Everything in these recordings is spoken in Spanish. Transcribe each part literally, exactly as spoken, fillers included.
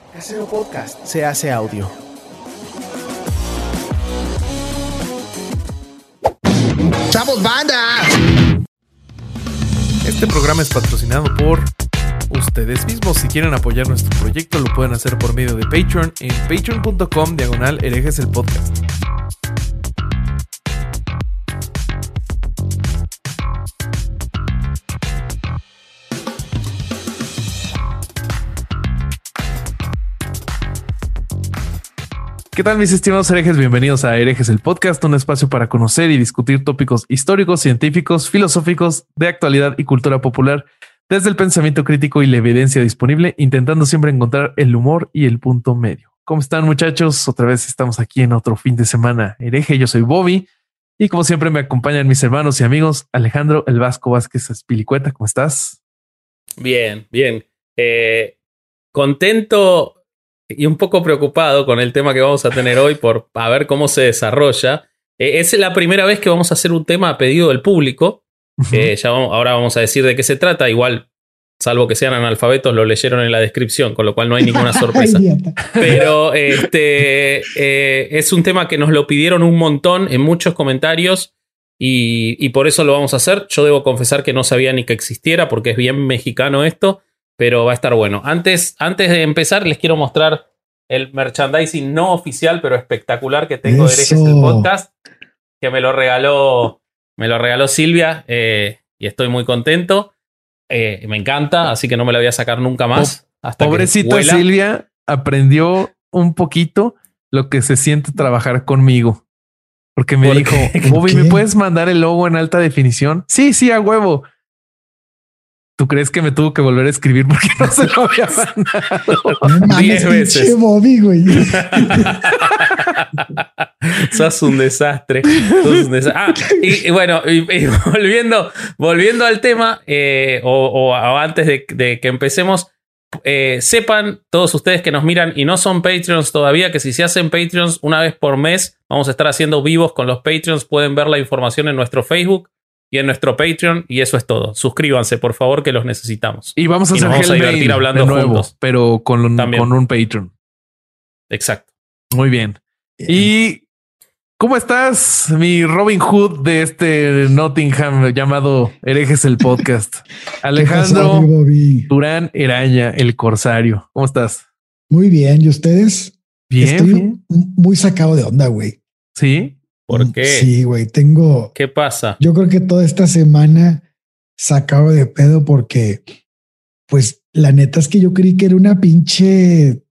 Casero Podcast se hace audio. ¡Chavos, banda! Este programa es patrocinado por ustedes mismos. Si quieren apoyar nuestro proyecto, lo pueden hacer por medio de Patreon en patreon.com diagonal herejes el podcast. ¿Qué tal, mis estimados herejes? Bienvenidos a Herejes el Podcast, un espacio para conocer y discutir tópicos históricos, científicos, filosóficos, de actualidad y cultura popular, desde el pensamiento crítico y la evidencia disponible, intentando siempre encontrar el humor y el punto medio. ¿Cómo están, muchachos? Otra vez estamos aquí en otro fin de semana hereje. Yo soy Bobby y como siempre me acompañan mis hermanos y amigos Alejandro El Vasco Vázquez Espilicueta. ¿Cómo estás? Bien, bien. Eh, contento y un poco preocupado con el tema que vamos a tener hoy por a ver cómo se desarrolla. Eh, es la primera vez que vamos a hacer un tema a pedido del público. Uh-huh. Eh, ya vamos, ahora vamos a decir de qué se trata. Igual, salvo que sean analfabetos, lo leyeron en la descripción, con lo cual no hay ninguna sorpresa. Pero este eh, es un tema que nos lo pidieron un montón en muchos comentarios y, y por eso lo vamos a hacer. Yo debo confesar que no sabía ni que existiera porque es bien mexicano esto. Pero va a estar bueno. Antes, antes de empezar, les quiero mostrar el merchandising no oficial, pero espectacular que tengo de Herejes el Podcast, que me lo regaló, me lo regaló Silvia, eh, y estoy muy contento. Eh, me encanta, así que no me la voy a sacar nunca más. Hasta Pobrecita que Silvia aprendió un poquito lo que se siente trabajar conmigo. Porque me ¿Por dijo, Bobby, ¿me puedes mandar el logo en alta definición? Sí, sí, a huevo. ¿Tú crees que me tuvo que volver a escribir porque no se lo había mandado? Diez veces. Bobby, güey. Sos un desastre. Sos un desastre. Ah, y, y bueno, y, y volviendo, volviendo al tema, eh, o, o, o antes de, de que empecemos, eh, sepan todos ustedes que nos miran y no son Patreons todavía, que si se hacen Patreons una vez por mes, vamos a estar haciendo vivos con los Patreons. Pueden ver la información en nuestro Facebook y en nuestro Patreon, y eso es todo. Suscríbanse, por favor, que los necesitamos. Y vamos a, y hacer nos vamos a divertir hablando de nuevo, juntos. Pero con, un, con un Patreon. Exacto. Muy bien. bien. ¿Y cómo estás, mi Robin Hood de este Nottingham llamado Herejes el Podcast? Alejandro Durán Eraña, el Corsario. ¿Cómo estás? Muy bien. ¿Y ustedes? Bien. Estoy bien. muy sacado de onda, güey. ¿Sí? ¿Por qué? Sí, güey, tengo... ¿Qué pasa? Yo creo que toda esta semana sacado de pedo porque, pues, la neta es que yo creí que era una pinche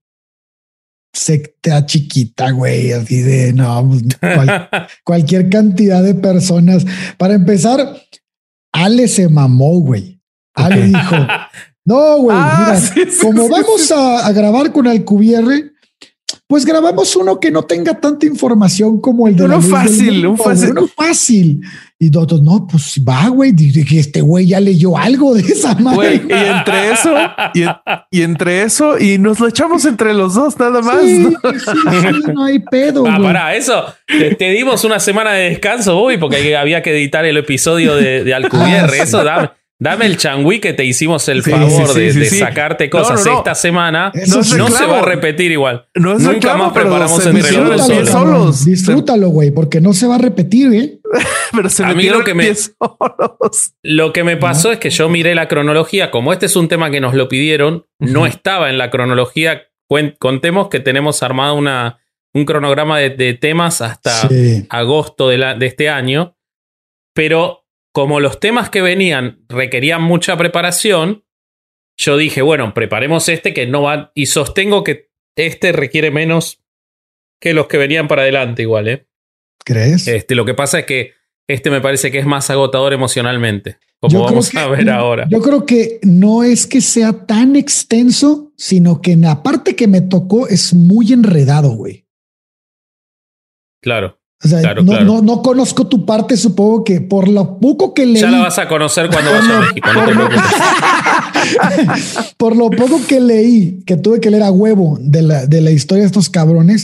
secta chiquita, güey, así de, no, cual, cualquier cantidad de personas. Para empezar, Ale se mamó, güey. Ale dijo, no, güey, ah, mira, sí, sí, como sí, vamos sí. A, a grabar con Alcubierre, pues grabamos uno que no tenga tanta información como el de uno la fácil, un fácil, uno fácil. Y nosotros, no, pues va, güey, que este güey ya leyó algo de esa madre. Y entre eso, y, y entre eso, y nos lo echamos entre los dos, nada más. Sí, ¿no? Sí, sí, no hay pedo. Ah, güey. Pará, eso. Te, te dimos una semana de descanso, Bobby, porque había que editar el episodio de, de Alcubierre. Ah, eso, sí. dame. Dame el changüí que te hicimos el sí, favor sí, sí, de, sí, de sí. sacarte cosas no, no, no. esta semana. Eso no se va a repetir igual. No es Nunca reclamo, más preparamos se entre los solos. solos. Disfrútalo, güey, porque no se va a repetir, ¿eh? Pero se a mí lo que me solos. Lo que me pasó ¿no? es que yo miré la cronología. Como este es un tema que nos lo pidieron, uh-huh. no estaba en la cronología. Contemos que tenemos armado una, un cronograma de, de temas hasta sí. agosto de, la, de este año. Pero como los temas que venían requerían mucha preparación, yo dije, bueno, preparemos este que no va... Y sostengo que este requiere menos que los que venían para adelante igual, ¿eh? ¿Crees? Este, lo que pasa es que este me parece que es más agotador emocionalmente, como yo vamos que, a ver ahora. Yo creo que no es que sea tan extenso, sino que en la parte que me tocó es muy enredado, güey. Claro. O sea, claro, no, claro. no, no conozco tu parte, supongo que por lo poco que leí. Ya la vas a conocer cuando vayas a México, no te preocupes. Por lo poco que leí, que tuve que leer a huevo de la, de la historia de estos cabrones,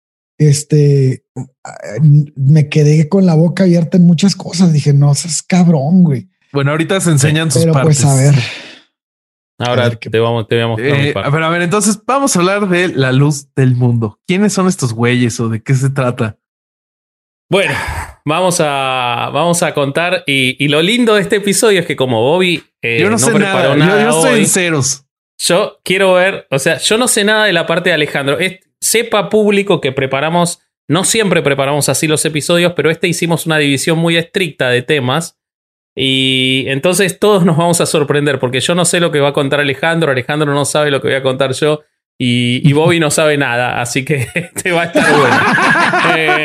este, me quedé con la boca abierta en muchas cosas. Dije, no, seas cabrón, güey. Bueno, ahorita se enseñan sus Pero partes. Pero pues a ver. Ahora A ver, te, vamos, te voy a mostrar Eh, un par. a ver, a ver, entonces vamos a hablar de la luz del mundo. ¿Quiénes son estos güeyes o de qué se trata? Bueno, vamos a, vamos a contar. Y, y lo lindo de este episodio es que como Bobby eh, Yo no, no sé preparó nada. nada, Yo, yo estoy hoy, en ceros. yo quiero ver, o sea, yo no sé nada de la parte de Alejandro. Es, sepa público que preparamos, no siempre preparamos así los episodios, pero este hicimos una división muy estricta de temas. Y entonces todos nos vamos a sorprender porque yo no sé lo que va a contar Alejandro, Alejandro no sabe lo que voy a contar yo y, y Bobby no sabe nada, así que este va a estar bueno. Eh,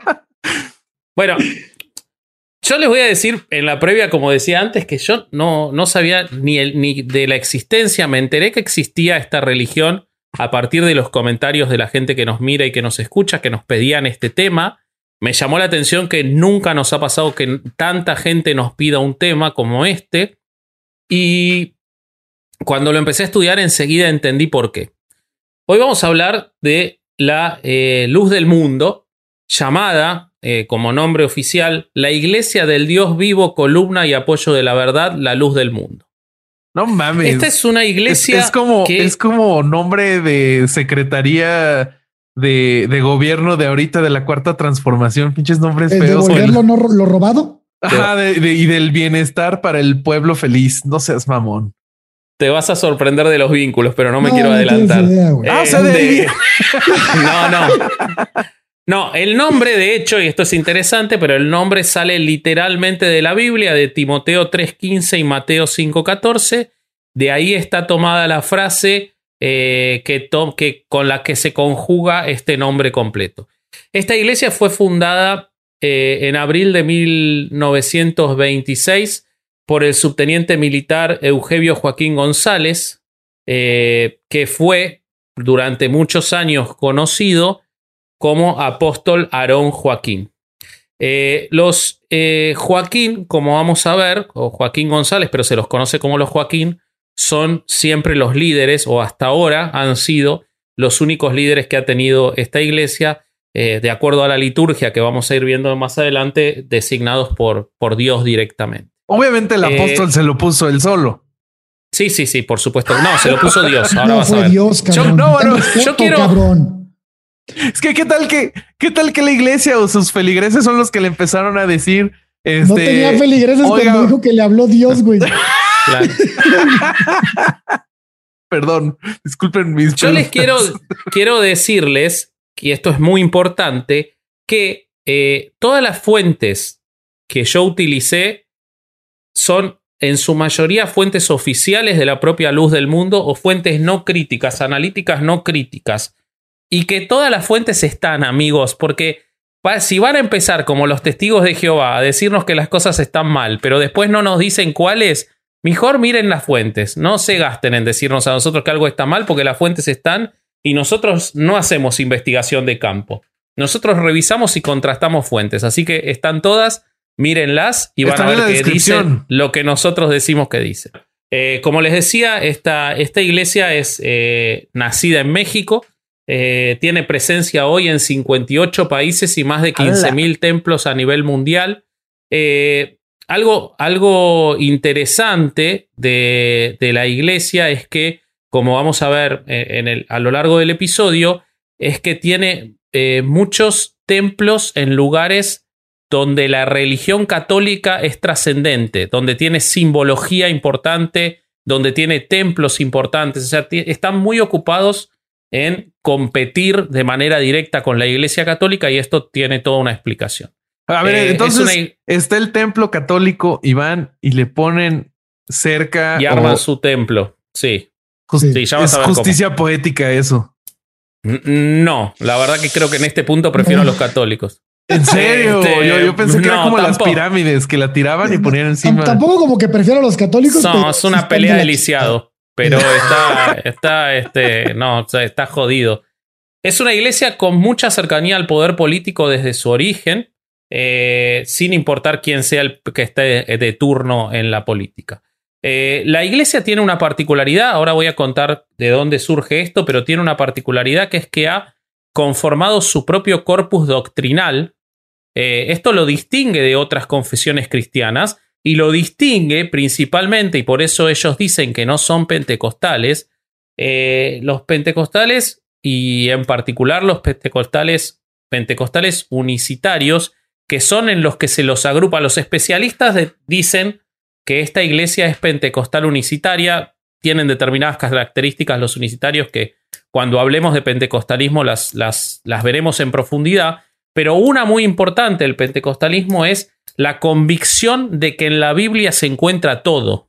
bueno, yo les voy a decir en la previa, como decía antes, que yo no, no sabía ni, el, ni de la existencia, me enteré que existía esta religión a partir de los comentarios de la gente que nos mira y que nos escucha, que nos pedían este tema. Me llamó la atención que nunca nos ha pasado que tanta gente nos pida un tema como este. Y cuando lo empecé a estudiar enseguida entendí por qué. Hoy vamos a hablar de la eh, luz del mundo, llamada eh, como nombre oficial la Iglesia del Dios vivo, columna y apoyo de la verdad, la luz del mundo. No mames. Esta es una iglesia es, es como, que... es como nombre de secretaría de, de gobierno de ahorita de la cuarta transformación. Pinches nombres ¿Es feos. devolverlo no, lo robado? Ajá, de, de, y del bienestar para el pueblo feliz. No seas mamón. Te vas a sorprender de los vínculos, pero no me No, quiero no tienes adelantar. idea, güey. Ah, o sea, Eh, de- de- No, no. No, el nombre, de hecho, y esto es interesante, pero el nombre sale literalmente de la Biblia, de Timoteo tres quince y Mateo cinco catorce. De ahí está tomada la frase eh, que, to- que con la que se conjuga este nombre completo. Esta iglesia fue fundada eh, en abril de mil novecientos veintiséis por el subteniente militar Eusebio Joaquín González, eh, que fue durante muchos años conocido como apóstol Aarón Joaquín. Eh, los eh, Joaquín, como vamos a ver, o Joaquín González, pero se los conoce como los Joaquín, son siempre los líderes, o hasta ahora han sido los únicos líderes que ha tenido esta iglesia, eh, de acuerdo a la liturgia que vamos a ir viendo más adelante, designados por, por Dios directamente. Obviamente el Eh, apóstol se lo puso él solo. Sí, sí, sí, por supuesto. No, se lo puso Dios. Ahora No vas a fue ver. Dios, cabrón. Yo- no, bueno, Dame yo foto, quiero- cabrón. Es que qué tal que, qué tal que la iglesia o sus feligreses son los que le empezaron a decir. Este, No tenía feligreses oiga- cuando dijo que le habló Dios, güey. Claro. Perdón, disculpen mis. Yo les quiero, preguntas. quiero decirles, y esto es muy importante, que eh, todas las fuentes que yo utilicé son en su mayoría fuentes oficiales de la propia luz del mundo o fuentes no críticas, analíticas no críticas. Y que todas las fuentes están, amigos, porque pa- si van a empezar como los testigos de Jehová a decirnos que las cosas están mal, pero después no nos dicen cuáles, mejor miren las fuentes. No se gasten en decirnos a nosotros que algo está mal porque las fuentes están y nosotros no hacemos investigación de campo. Nosotros revisamos y contrastamos fuentes. Así que están todas, mírenlas y van Están a en ver la que descripción. dicen lo que nosotros decimos que dicen. Eh, como les decía, esta, esta iglesia es eh, nacida en México. Eh, tiene presencia hoy en cincuenta y ocho países y más de quince mil templos a nivel mundial. Eh, algo, algo interesante de, de la iglesia es que, como vamos a ver en el, a lo largo del episodio, es que tiene eh, muchos templos en lugares donde la religión católica es trascendente, donde tiene simbología importante, donde tiene templos importantes. O sea, están muy ocupados en competir de manera directa con la Iglesia Católica y esto tiene toda una explicación. A ver, Eh, entonces es una- está el templo católico y van y le ponen cerca. Y arman o- su templo. Sí. Just- Sí, ya vas es a ver cómo. justicia poética eso. N- No, la verdad que creo que en este punto prefiero a los católicos. En serio, Este, yo, yo pensé que era no, como las tampoco. pirámides que la tiraban y ponían Tam- encima. Tampoco como que prefiero a los católicos. No, pero es sí una están pelea de de la lisiado. Pero está, está, este, no, o sea, está jodido. Es una iglesia con mucha cercanía al poder político desde su origen, eh, sin importar quién sea el que esté de, de turno en la política. Eh, la iglesia tiene una particularidad, ahora voy a contar de dónde surge esto, pero tiene una particularidad que es que ha conformado su propio corpus doctrinal. Eh, esto lo distingue de otras confesiones cristianas y lo distingue principalmente, y por eso ellos dicen que no son pentecostales, eh, los pentecostales y en particular los pentecostales, pentecostales unicitarios, que son en los que se los agrupa. Los especialistas de, dicen que esta iglesia es pentecostal unicitaria, tienen determinadas características los unicitarios que cuando hablemos de pentecostalismo las, las, las veremos en profundidad, pero una muy importante del pentecostalismo es la convicción de que en la Biblia se encuentra todo.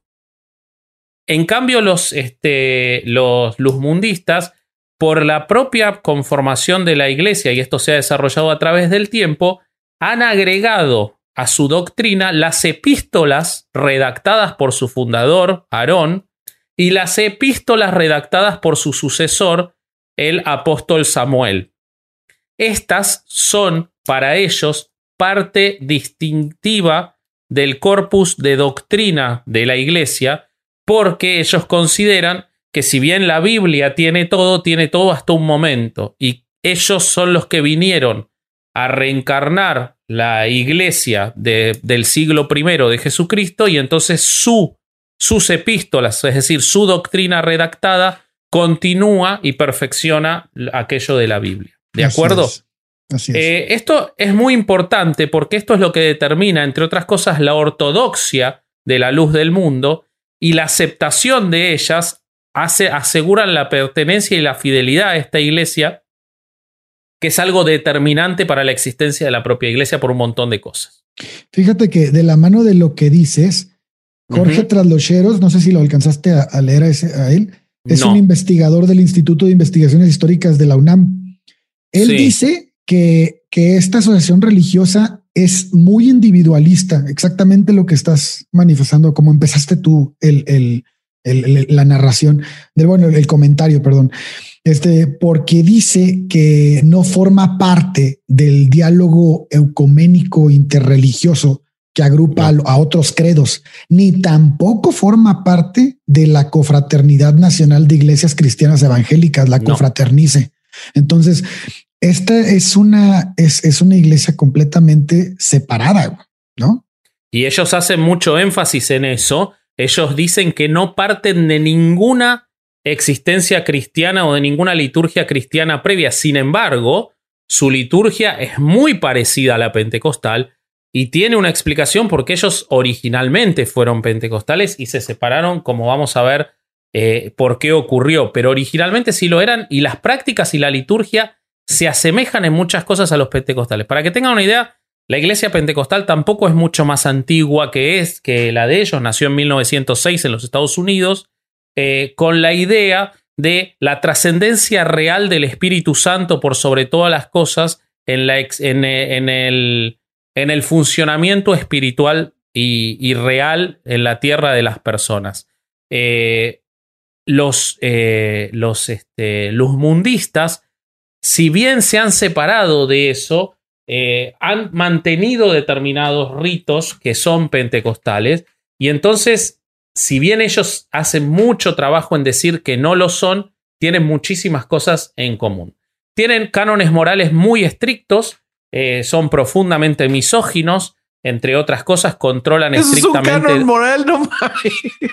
En cambio, los, este, los luzmundistas, por la propia conformación de la iglesia, y esto se ha desarrollado a través del tiempo, han agregado a su doctrina las epístolas redactadas por su fundador, Aarón, y las epístolas redactadas por su sucesor, el apóstol Samuel. Estas son, para ellos, parte distintiva del corpus de doctrina de la iglesia, porque ellos consideran que si bien la Biblia tiene todo, tiene todo hasta un momento, y ellos son los que vinieron a reencarnar la iglesia de, del siglo primero de Jesucristo, y entonces su, sus epístolas, es decir, su doctrina redactada, continúa y perfecciona aquello de la Biblia. ¿De Así acuerdo? es. Así es. Eh, esto es muy importante porque esto es lo que determina, entre otras cosas, la ortodoxia de la luz del mundo, y la aceptación de ellas hace, aseguran la pertenencia y la fidelidad a esta iglesia, que es algo determinante para la existencia de la propia iglesia por un montón de cosas. Fíjate que de la mano de lo que dices, Jorge Uh-huh. Traslocheros, no sé si lo alcanzaste a, a leer a, ese, a él, es No. un investigador del Instituto de Investigaciones Históricas de la UNAM. Él Sí. dice que, que esta asociación religiosa es muy individualista, exactamente lo que estás manifestando, como empezaste tú el, el, el, el, la narración, del, bueno, el comentario, perdón, este, porque dice que no forma parte del diálogo ecuménico interreligioso que agrupa no. a, a otros credos, ni tampoco forma parte de la Confraternidad Nacional de Iglesias Cristianas Evangélicas, la no. Confraternice. Entonces, esta es una, es, es una iglesia completamente separada, ¿no? Y ellos hacen mucho énfasis en eso. Ellos dicen que no parten de ninguna existencia cristiana o de ninguna liturgia cristiana previa. Sin embargo, su liturgia es muy parecida a la pentecostal y tiene una explicación porque ellos originalmente fueron pentecostales y se separaron, como vamos a ver eh, por qué ocurrió. Pero originalmente sí lo eran, y las prácticas y la liturgia se asemejan en muchas cosas a los pentecostales. Para que tengan una idea, la iglesia pentecostal tampoco es mucho más antigua que, es, que la de ellos. Nació en mil novecientos seis en los Estados Unidos, eh, con la idea de la trascendencia real del Espíritu Santo por sobre todas las cosas en, la ex, en, en, el, en el funcionamiento espiritual y, y real en la tierra de las personas. Eh, los eh, los este, luzmundistas, si bien se han separado de eso, eh, han mantenido determinados ritos que son pentecostales, y entonces, si bien ellos hacen mucho trabajo en decir que no lo son, tienen muchísimas cosas en común. Tienen cánones morales muy estrictos, eh, son profundamente misóginos, entre otras cosas, controlan Eso estrictamente... Es un canon moral, no mames.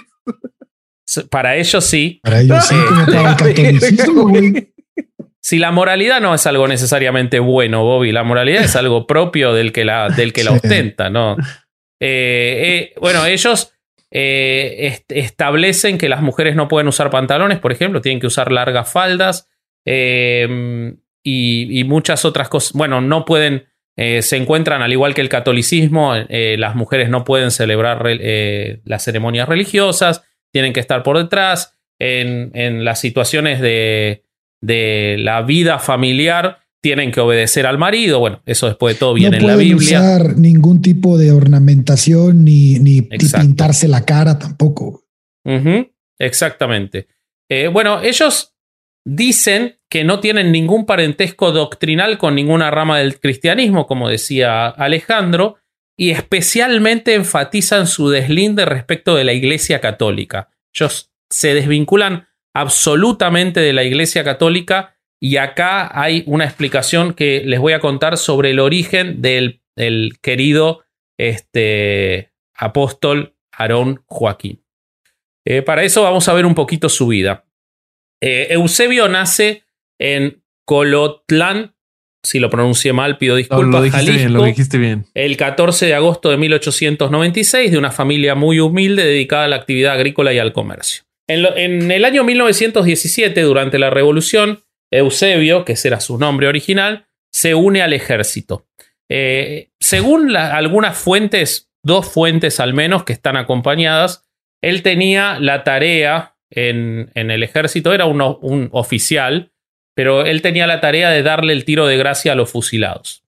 Para ellos sí. Para ellos sí, como para el catolicismo, güey. Si la moralidad no es algo necesariamente bueno, Bobby, la moralidad es algo propio del que la, del que la ostenta, ¿no? Eh, eh, bueno, ellos eh, est establecen que las mujeres no pueden usar pantalones, por ejemplo, tienen que usar largas faldas eh, y, y muchas otras cosas. Bueno, no pueden, eh, se encuentran, al igual que el catolicismo, eh, las mujeres no pueden celebrar eh, las ceremonias religiosas, tienen que estar por detrás. En, en las situaciones de... de la vida familiar, tienen que obedecer al marido. Bueno, eso después de todo viene no en la Biblia. No pueden usar ningún tipo de ornamentación ni, ni, ni pintarse la cara tampoco. Uh-huh. Exactamente. Eh, bueno, ellos dicen que no tienen ningún parentesco doctrinal con ninguna rama del cristianismo, como decía Alejandro, y especialmente enfatizan su deslinde respecto de la Iglesia Católica. Ellos se desvinculan absolutamente de la Iglesia Católica, y acá hay una explicación que les voy a contar sobre el origen del, del querido este, apóstol Aarón Joaquín. Eh, para eso vamos a ver un poquito su vida. Eh, Eusebio nace en Colotlán, si lo pronuncié mal, pido disculpas, no, lo dijiste Jalisco, bien, lo dijiste bien. El catorce de agosto de mil ochocientos noventa y seis, de una familia muy humilde dedicada a la actividad agrícola y al comercio. En, lo, en el año mil novecientos diecisiete, durante la Revolución, Eusebio, que ese era su nombre original, se une al ejército. Eh, según la, algunas fuentes, dos fuentes al menos que están acompañadas, él tenía la tarea en, en el ejército, era un, un oficial, pero él tenía la tarea de darle el tiro de gracia a los fusilados.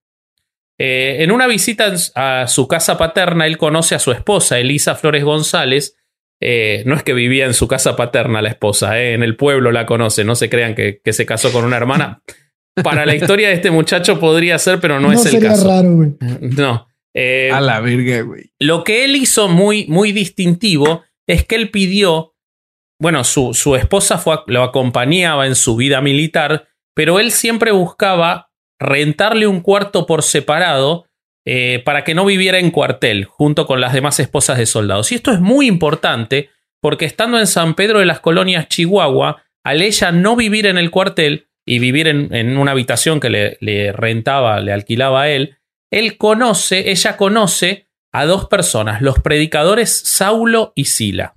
Eh, en una visita a su casa paterna, él conoce a su esposa, Elisa Flores González. Eh, no es que vivía en su casa paterna la esposa, eh, en el pueblo la conoce, no se crean que, que se casó con una hermana. Para la historia de este muchacho podría ser, pero no, no es el caso. Sería raro, güey. No. Eh, a la verga, güey. Lo que él hizo muy, muy distintivo es que él pidió. Bueno, su, su esposa fue, lo acompañaba en su vida militar, pero él siempre buscaba rentarle un cuarto por separado eh, para que no viviera en cuartel, junto con las demás esposas de soldados. Y esto es muy importante porque estando en San Pedro de las Colonias, Chihuahua, al ella no vivir en el cuartel y vivir en, en una habitación que le, le rentaba, le alquilaba a él, él conoce, ella conoce a dos personas, los predicadores Saulo y Sila.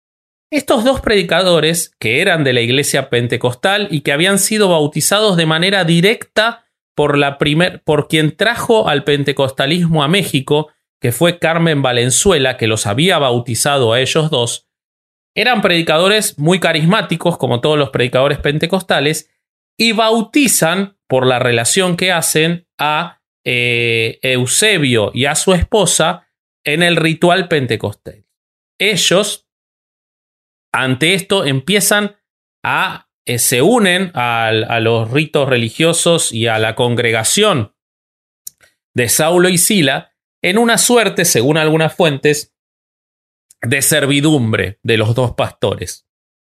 Estos dos predicadores, que eran de la iglesia pentecostal y que habían sido bautizados de manera directa por, la primer, por quien trajo al pentecostalismo a México, que fue Carmen Valenzuela, que los había bautizado a ellos dos, eran predicadores muy carismáticos, como todos los predicadores pentecostales, y bautizan, por la relación que hacen, a eh, Eusebio y a su esposa en el ritual pentecostal. Ellos, ante esto, empiezan a, eh, se unen a, a los ritos religiosos y a la congregación de Saulo y Sila en una suerte, según algunas fuentes, de servidumbre de los dos pastores.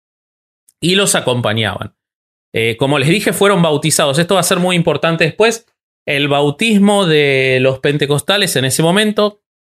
Y los acompañaban. Eh, como les dije, fueron bautizados. Esto va a ser muy importante después. El bautismo de los pentecostales en ese momento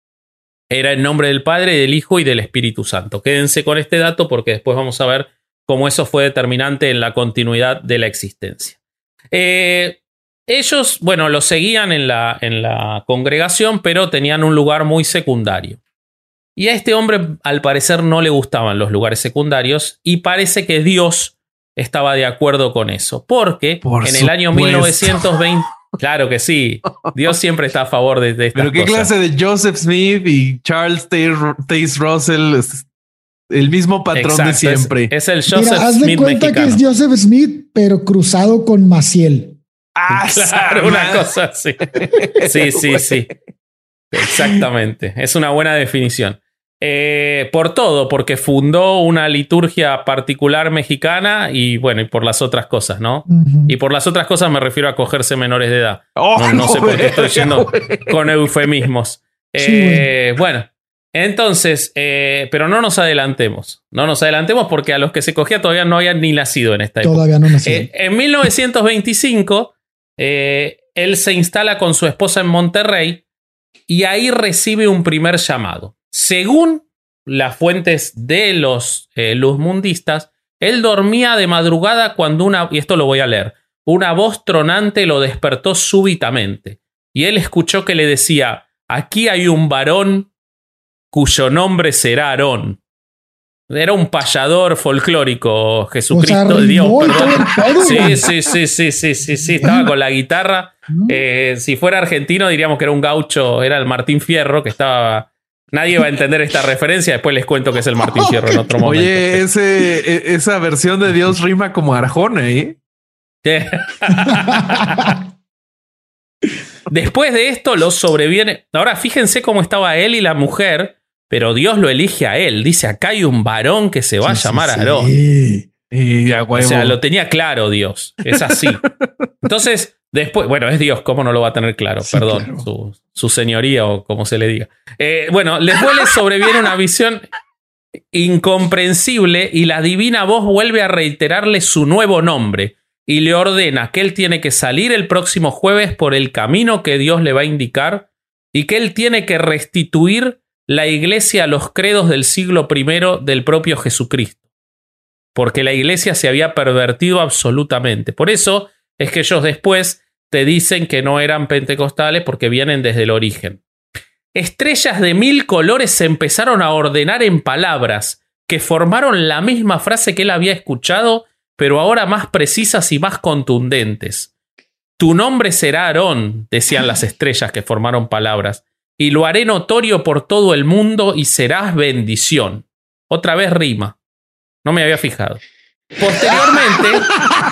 era en nombre del Padre, del Hijo y del Espíritu Santo. Quédense con este dato porque después vamos a ver cómo eso fue determinante en la continuidad de la existencia. Eh, ellos, bueno, lo seguían en la, en la congregación, pero tenían un lugar muy secundario. Y a este hombre, al parecer, no le gustaban los lugares secundarios y parece que Dios estaba de acuerdo con eso. Porque Por en supuesto. el año mil novecientos veinte... Claro que sí. Dios siempre está a favor de, de estas Pero qué cosas. clase de Joseph Smith y Charles Taze Russell, es el mismo patrón. Exacto, de siempre. Es, es el Joseph Mira, haz de Smith cuenta mexicano. que es Joseph Smith, pero cruzado con Maciel. Ah, claro, una cosa así. Sí, sí, sí. Exactamente. Es una buena definición. Eh, por todo, porque fundó una liturgia particular mexicana y bueno, y por las otras cosas, ¿no? Uh-huh. Y por las otras cosas me refiero a cogerse menores de edad. Oh, no, no, no sé por qué estoy yendo con eufemismos. Sí, eh, bueno. bueno, entonces, eh, pero no nos adelantemos. No nos adelantemos porque a los que se cogía todavía no habían ni nacido en esta época. Todavía no nació. Eh, en mil novecientos veinticinco, eh, él se instala con su esposa en Monterrey y ahí recibe un primer llamado. Según las fuentes de los eh, luzmundistas, él dormía de madrugada cuando una, y esto lo voy a leer, una voz tronante lo despertó súbitamente. Y él escuchó que le decía, aquí hay un varón cuyo nombre será Aarón. Era un payador folclórico, Jesucristo, o sea, Dios, perdón. Sí, sí, sí, sí, sí, sí, sí, estaba con la guitarra. Eh, si fuera argentino diríamos que era un gaucho, era el Martín Fierro, que estaba... Nadie va a entender esta referencia, después les cuento que es el Martín Fierro en otro momento. Oye, ese, esa versión de Dios rima como Arjona, ¿eh? Después de esto, los sobreviene... Ahora, fíjense cómo estaba él y la mujer... Pero Dios lo elige a él. Dice, acá hay un varón que se va sí, a llamar sí, Aarón. Sí. Y o sea, lo tenía claro Dios. Es así. Entonces, después... Bueno, es Dios. ¿Cómo no lo va a tener claro? Sí, Perdón. Claro. Su, su señoría o como se le diga. Eh, bueno, después le sobreviene una visión incomprensible y la divina voz vuelve a reiterarle su nuevo nombre y le ordena que él tiene que salir el próximo jueves por el camino que Dios le va a indicar y que él tiene que restituir la iglesia los credos del siglo primero del propio Jesucristo, porque la iglesia se había pervertido absolutamente. Por eso es que ellos después te dicen que no eran pentecostales porque vienen desde el origen. Estrellas de mil colores se empezaron a ordenar en palabras que formaron la misma frase que él había escuchado, pero ahora más precisas y más contundentes. Tu nombre será Aarón, decían las estrellas que formaron palabras, y lo haré notorio por todo el mundo y serás bendición. Otra vez rima. No me había fijado. Posteriormente,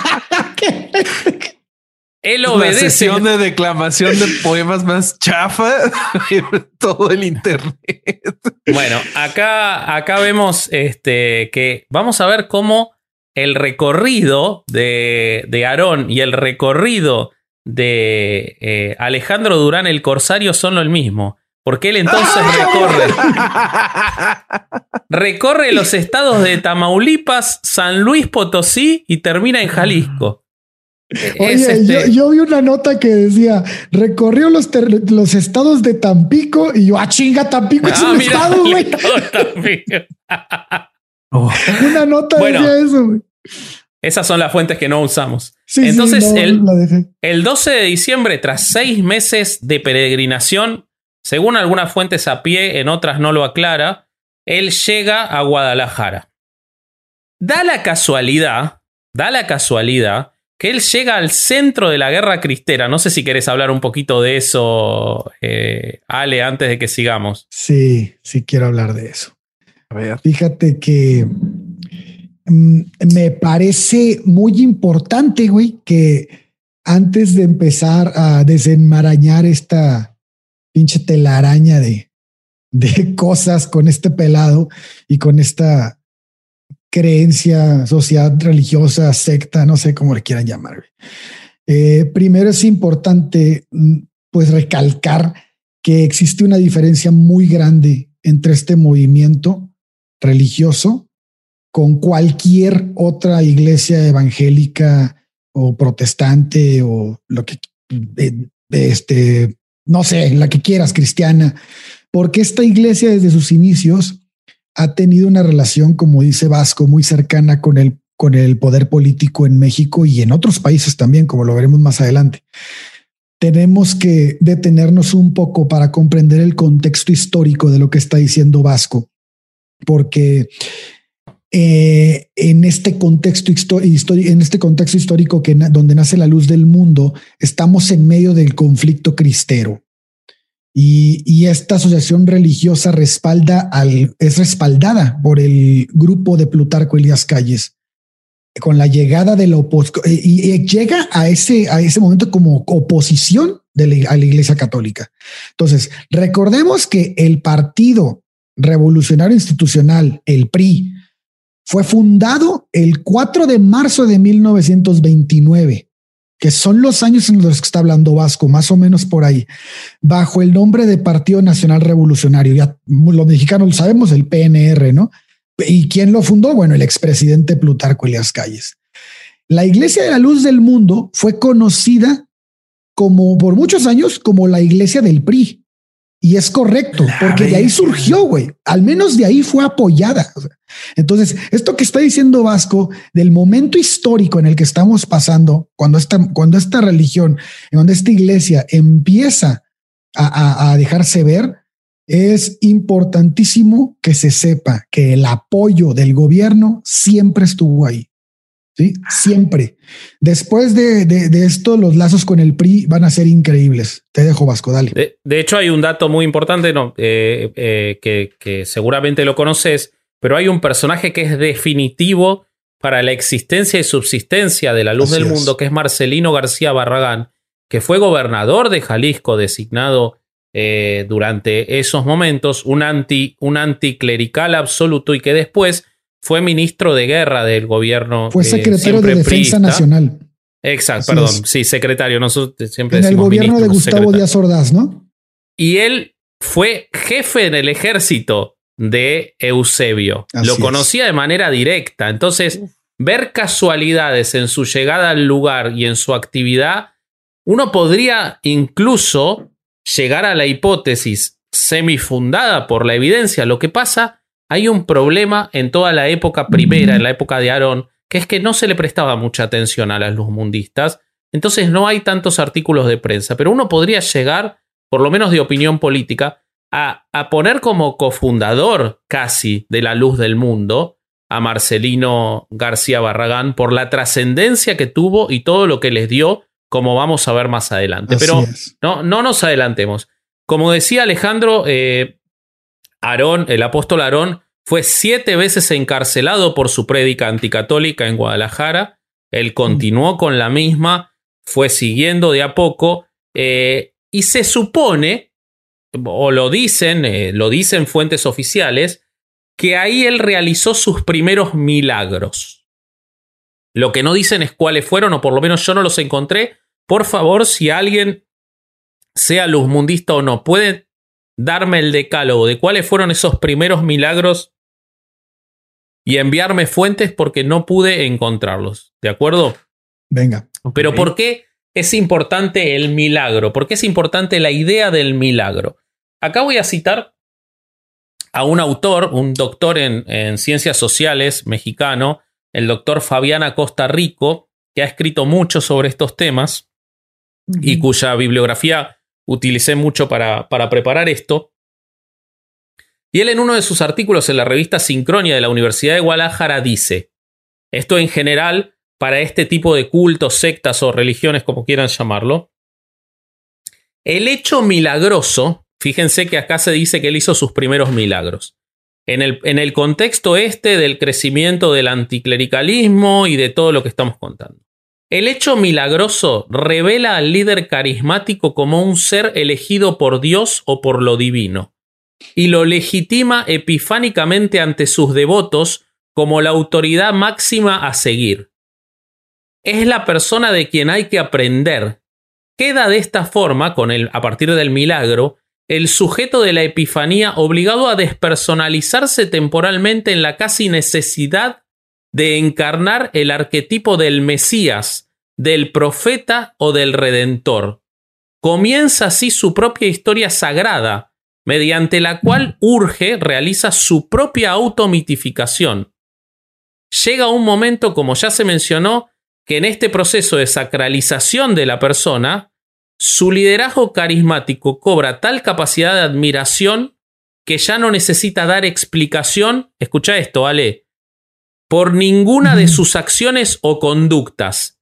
él obedece. La sesión de declamación de poemas más chafa en todo el internet. Bueno, acá, acá vemos este, que vamos a ver cómo el recorrido de, de Aarón y el recorrido de eh, Alejandro Durán el Corsario son lo mismo. Porque él entonces recorre recorre los estados de Tamaulipas, San Luis Potosí y termina en Jalisco. Oye, este... yo, yo vi una nota que decía, recorrió los, ter- los estados de Tampico y yo, ah, chinga, Tampico es ah, un mira, estado, güey. oh. Una nota bueno, decía eso, güey. Esas son las fuentes que no usamos. Sí, Entonces, sí, no, el, la dejé. el doce de diciembre, tras seis meses de peregrinación, según algunas fuentes a pie, en otras no lo aclara, él llega a Guadalajara. Da la casualidad, da la casualidad que él llega al centro de la guerra cristera. No sé si querés hablar un poquito de eso, eh, Ale, antes de que sigamos. Sí, sí quiero hablar de eso. A ver. Fíjate que mm, me parece muy importante, güey, que antes de empezar a desenmarañar esta pinche telaraña de, de cosas con este pelado y con esta creencia, sociedad religiosa, secta, no sé cómo le quieran llamar. Eh, primero es importante pues recalcar que existe una diferencia muy grande entre este movimiento religioso con cualquier otra iglesia evangélica o protestante o lo que de, de este, no sé, la que quieras, cristiana, porque esta iglesia desde sus inicios ha tenido una relación, como dice Vasco, muy cercana con el, con el poder político en México y en otros países también, como lo veremos más adelante. Tenemos que detenernos un poco para comprender el contexto histórico de lo que está diciendo Vasco, porque eh, en este contexto histórico, en este contexto histórico que na- donde nace la luz del mundo, estamos en medio del conflicto cristero. Y, y esta asociación religiosa respalda al, es respaldada por el grupo de Plutarco Elías Calles. Con la llegada de la oposición, y, y llega a ese, a ese momento como oposición de la, a la Iglesia Católica. Entonces, recordemos que el Partido Revolucionario Institucional, el P R I, fue fundado el cuatro de marzo de mil novecientos veintinueve. Que son los años en los que está hablando Vasco, más o menos por ahí, bajo el nombre de Partido Nacional Revolucionario. Ya los mexicanos lo sabemos, el P N R, ¿no? ¿Y quién lo fundó? Bueno, el expresidente Plutarco Elías Calles. La Iglesia de la Luz del Mundo fue conocida como por muchos años como la Iglesia del P R I. Y es correcto, porque de ahí surgió, güey. Al menos de ahí fue apoyada. Entonces, esto que está diciendo Vasco del momento histórico en el que estamos pasando, cuando esta, cuando esta religión, en donde esta iglesia empieza a, a, a dejarse ver, es importantísimo que se sepa que el apoyo del gobierno siempre estuvo ahí. Sí, siempre. Después de, de, de esto, los lazos con el P R I van a ser increíbles. Te dejo, Vasco, dale. De, de hecho, hay un dato muy importante, no, eh, eh, que, que seguramente lo conoces, pero hay un personaje que es definitivo para la existencia y subsistencia de la luz Así del es. mundo, que es Marcelino García Barragán, que fue gobernador de Jalisco, designado eh, durante esos momentos, un, anti, un anticlerical absoluto, y que después fue ministro de guerra del gobierno. Fue secretario eh, de Defensa priista. Nacional. Exacto, Así perdón. Es. Sí, secretario. Nosotros siempre en el decimos gobierno ministro, de Gustavo secretario. Díaz Ordaz, ¿no? Y él fue jefe en el ejército de Eusebio. Así Lo es. conocía de manera directa. Entonces, ver casualidades en su llegada al lugar y en su actividad, uno podría incluso llegar a la hipótesis, semifundada por la evidencia. Lo que pasa, hay un problema en toda la época primera, en la época de Aarón, que es que no se le prestaba mucha atención a las luzmundistas. Entonces no hay tantos artículos de prensa, pero uno podría llegar, por lo menos de opinión política, a, a poner como cofundador casi de la Luz del Mundo a Marcelino García Barragán por la trascendencia que tuvo y todo lo que les dio, como vamos a ver más adelante. Así Pero es. no, no nos adelantemos. Como decía Alejandro, eh, Aarón, el apóstol Aarón, fue siete veces encarcelado por su prédica anticatólica en Guadalajara. Él continuó con la misma, fue siguiendo de a poco, eh, y se supone, o lo dicen, eh, lo dicen fuentes oficiales, que ahí él realizó sus primeros milagros. Lo que no dicen es cuáles fueron, o por lo menos yo no los encontré. Por favor, si alguien, sea luzmundista o no, puede darme el decálogo de cuáles fueron esos primeros milagros y enviarme fuentes, porque no pude encontrarlos. ¿De acuerdo? Venga. Pero Ok. ¿por qué es importante el milagro? ¿Por qué es importante la idea del milagro? Acá voy a citar a un autor, un doctor en, en ciencias sociales mexicano, el doctor Fabián Acosta Rico, que ha escrito mucho sobre estos temas y cuya bibliografía utilicé mucho para, para preparar esto. Y él, en uno de sus artículos en la revista Sincronia de la Universidad de Guadalajara, dice: esto en general para este tipo de cultos, sectas o religiones, como quieran llamarlo, el hecho milagroso, fíjense que acá se dice que él hizo sus primeros milagros. En el, en el contexto este del crecimiento del anticlericalismo y de todo lo que estamos contando. El hecho milagroso revela al líder carismático como un ser elegido por Dios o por lo divino, y lo legitima epifánicamente ante sus devotos como la autoridad máxima a seguir. Es la persona de quien hay que aprender. Queda de esta forma, con el, a partir del milagro, el sujeto de la epifanía obligado a despersonalizarse temporalmente en la casi necesidad de encarnar el arquetipo del Mesías, del profeta o del Redentor. Comienza así su propia historia sagrada, mediante la cual urge, realiza su propia automitificación. Llega un momento, como ya se mencionó, que en este proceso de sacralización de la persona, su liderazgo carismático cobra tal capacidad de admiración que ya no necesita dar explicación, escucha esto, Ale, por ninguna de sus acciones o conductas.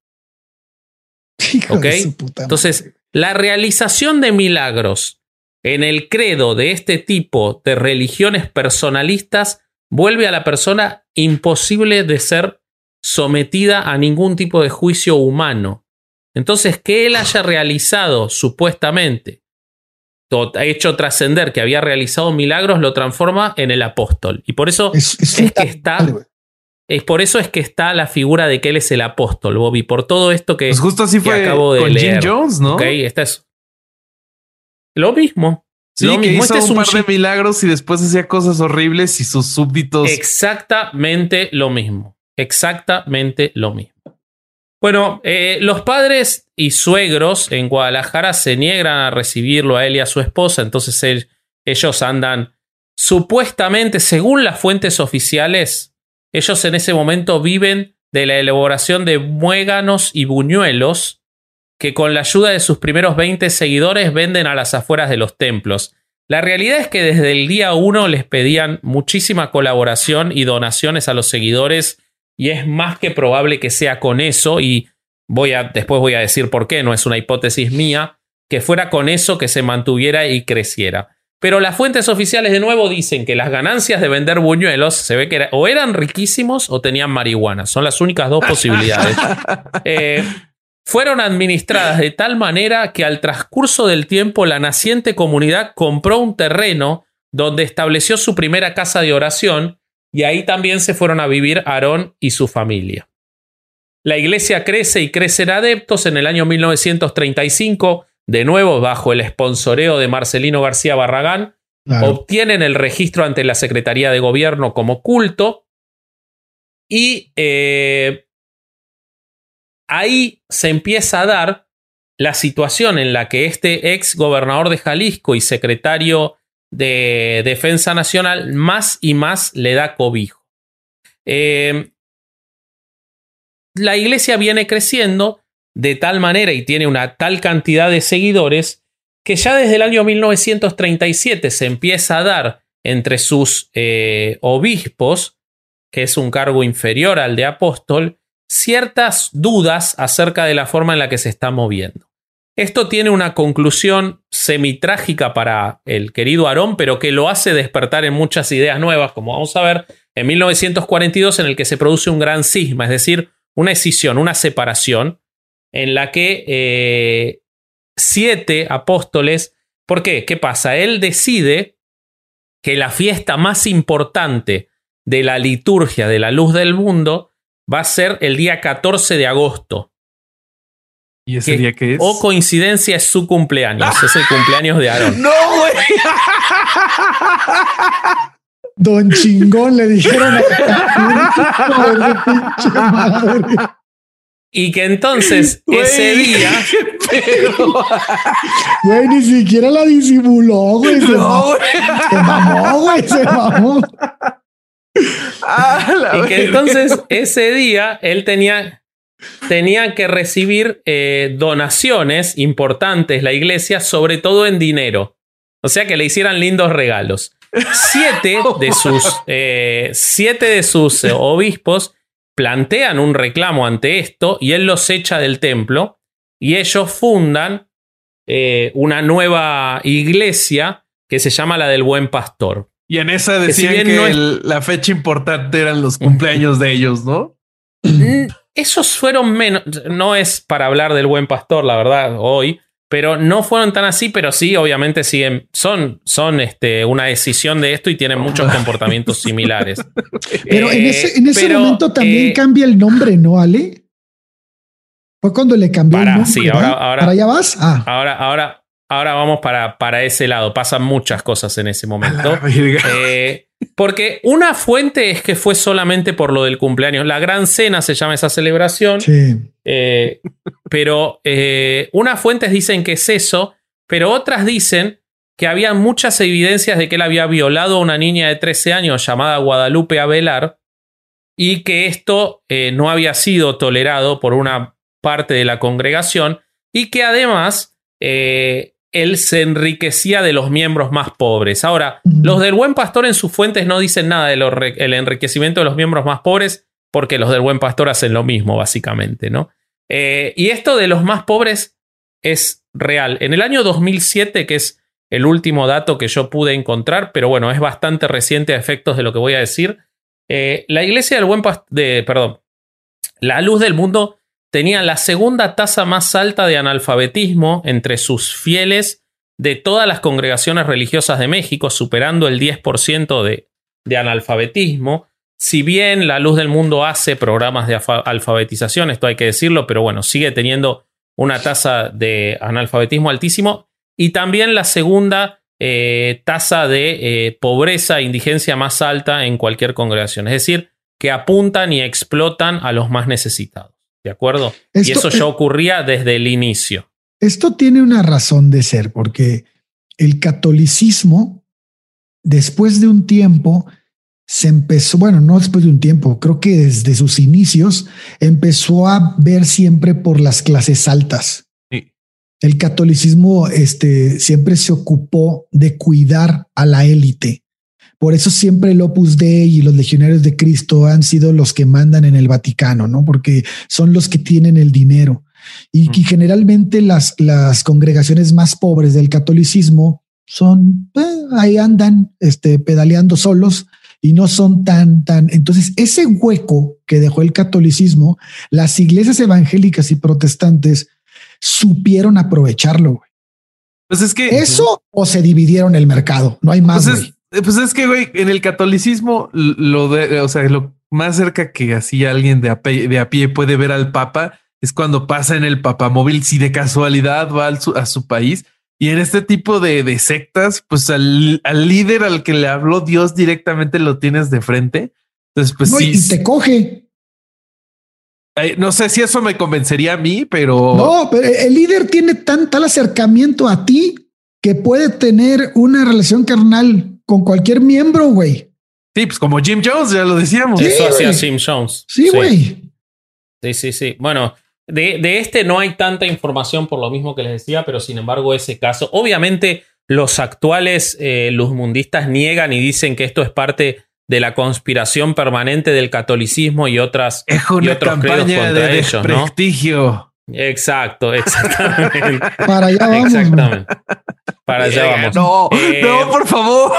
Hijo ¿Ok? de su puta Entonces, madre. la realización de milagros en el credo de este tipo de religiones personalistas vuelve a la persona imposible de ser sometida a ningún tipo de juicio humano. Entonces, que él haya realizado, supuestamente, ha hecho trascender que había realizado milagros, lo transforma en el apóstol. Y por eso Es, es, es que está, güey. es por eso es que está la figura de que él es el apóstol, Bobby, por todo esto que, Pues justo así que fue acabo de con leer. Jim Jones, ¿no? Ok, esta es lo mismo. Sí, lo que mismo. hizo Este es un un par de Jim- milagros y después hacía cosas horribles y sus súbditos. Exactamente lo mismo. Exactamente lo mismo. Bueno, eh, los padres y suegros en Guadalajara se niegan a recibirlo a él y a su esposa, entonces él, ellos andan, supuestamente, según las fuentes oficiales, ellos en ese momento viven de la elaboración de muéganos y buñuelos que con la ayuda de sus primeros veinte seguidores venden a las afueras de los templos. La realidad es que desde el día uno les pedían muchísima colaboración y donaciones a los seguidores, y es más que probable que sea con eso, y voy a, después voy a decir por qué, no es una hipótesis mía, que fuera con eso que se mantuviera y creciera. Pero las fuentes oficiales de nuevo dicen que las ganancias de vender buñuelos se ve que era, o eran riquísimos o tenían marihuana. Son las únicas dos posibilidades. Eh, fueron administradas de tal manera que al transcurso del tiempo la naciente comunidad compró un terreno donde estableció su primera casa de oración, y ahí también se fueron a vivir Aarón y su familia. La iglesia crece y crece en adeptos. En el año mil novecientos treinta y cinco, de nuevo bajo el sponsoreo de Marcelino García Barragán, Claro. obtienen el registro ante la Secretaría de Gobierno como culto, y eh, ahí se empieza a dar la situación en la que este ex gobernador de Jalisco y secretario de defensa nacional, más y más le da cobijo. Eh, la iglesia viene creciendo de tal manera y tiene una tal cantidad de seguidores que ya desde el año mil novecientos treinta y siete se empieza a dar entre sus eh, obispos, que es un cargo inferior al de apóstol, ciertas dudas acerca de la forma en la que se está moviendo. Esto tiene una conclusión semitrágica para el querido Aarón, pero que lo hace despertar en muchas ideas nuevas, como vamos a ver en mil novecientos cuarenta y dos, en el que se produce un gran cisma, es decir, una escisión, una separación, en la que eh, siete apóstoles... ¿Por qué? ¿Qué pasa? Él decide que la fiesta más importante de la liturgia de la luz del mundo va a ser el día catorce de agosto. ¿Y ese que, día qué es? O coincidencia es su cumpleaños. ¡Ah! Es el cumpleaños de Aarón. ¡No, güey! Don Chingón le dijeron a... Y que entonces güey, ese día... Güey, ni siquiera la disimuló, güey. Se, no, se mamó, güey, se mamó. Ah, y que vida. Entonces ese día él tenía... Tenía que recibir eh, donaciones importantes la iglesia, sobre todo en dinero. O sea, que le hicieran lindos regalos. Siete de sus, eh, siete de sus eh, obispos plantean un reclamo ante esto y él los echa del templo y ellos fundan eh, una nueva iglesia que se llama la del Buen Pastor. Y en esa decían que, si que no el, es... la fecha importante eran los cumpleaños de ellos, ¿no? Esos fueron menos, no es para hablar del Buen Pastor, la verdad, hoy, pero no fueron tan así, pero sí, obviamente siguen, son, son este, una decisión de esto y tienen muchos comportamientos similares. Pero eh, en ese, en ese pero, momento también eh, cambia el nombre, ¿no, Ale? Fue cuando le cambió para, el nombre. Sí, ahora, ahora, ¿Para allá vas? Ah. Ahora, ahora, ahora vamos para, para ese lado. Pasan muchas cosas en ese momento. Eh, porque una fuente es que fue solamente por lo del cumpleaños. La Gran Cena se llama esa celebración. Sí. Eh, pero eh, unas fuentes dicen que es eso, pero otras dicen que había muchas evidencias de que él había violado a una niña de trece años llamada Guadalupe Avelar y que esto eh, no había sido tolerado por una parte de la congregación y que además... Eh, él se enriquecía de los miembros más pobres. Ahora, uh-huh. los del Buen Pastor en sus fuentes no dicen nada del de enriquecimiento de los miembros más pobres porque los del Buen Pastor hacen lo mismo, básicamente, ¿no? Eh, y esto de los más pobres es real. En el año dos mil siete, que es el último dato que yo pude encontrar, pero bueno, es bastante reciente a efectos de lo que voy a decir, eh, la iglesia del Buen Pastor, de, perdón, la Luz del Mundo tenía la segunda tasa más alta de analfabetismo entre sus fieles de todas las congregaciones religiosas de México, superando el diez por ciento de, de analfabetismo. Si bien la Luz del Mundo hace programas de alfabetización, esto hay que decirlo, pero bueno, sigue teniendo una tasa de analfabetismo altísimo. Y también la segunda eh, tasa de eh, pobreza e indigencia más alta en cualquier congregación. Es decir, que apuntan y explotan a los más necesitados. ¿De acuerdo? Esto, y eso ya ocurría desde el inicio. Esto tiene una razón de ser, porque el catolicismo, después de un tiempo, se empezó, bueno, no después de un tiempo, creo que desde sus inicios, empezó a ver siempre por las clases altas. Sí. El catolicismo este, siempre se ocupó de cuidar a la élite. Por eso siempre el Opus Dei y los Legionarios de Cristo han sido los que mandan en el Vaticano, ¿no? Porque son los que tienen el dinero. Y, mm. y generalmente las, las congregaciones más pobres del catolicismo son, eh, ahí andan este, pedaleando solos y no son tan, tan... Entonces, ese hueco que dejó el catolicismo, las iglesias evangélicas y protestantes supieron aprovecharlo, güey. Pues es que... Eso o se dividieron el mercado, no hay más, pues güey. Es, Pues es que, güey, en el catolicismo, lo de, o sea, lo más cerca que así alguien de a, pie, de a pie puede ver al Papa es cuando pasa en el papamóvil, si de casualidad va al, a su país. Y en este tipo de, de sectas, pues al, al líder al que le habló Dios directamente lo tienes de frente. Entonces, pues no, sí. Y te coge. Eh, no sé si eso me convencería a mí, pero... No, pero el líder tiene tan, tal acercamiento a ti que puede tener una relación carnal con cualquier miembro, güey. Sí, pues como Jim Jones, ya lo decíamos. Eso Sí, hacía güey. Jim Jones. Sí, güey. Sí, sí, sí. Bueno, de, de este no hay tanta información por lo mismo que les decía, pero sin embargo ese caso, obviamente los actuales eh, luzmundistas niegan y dicen que esto es parte de la conspiración permanente del catolicismo y otras Es y una otros credos campaña contra de ellos, ¿no? desprestigio. Exacto, exactamente. Para allá vamos. güey. Exactamente. Para allá vamos. No, Eh, no, por favor.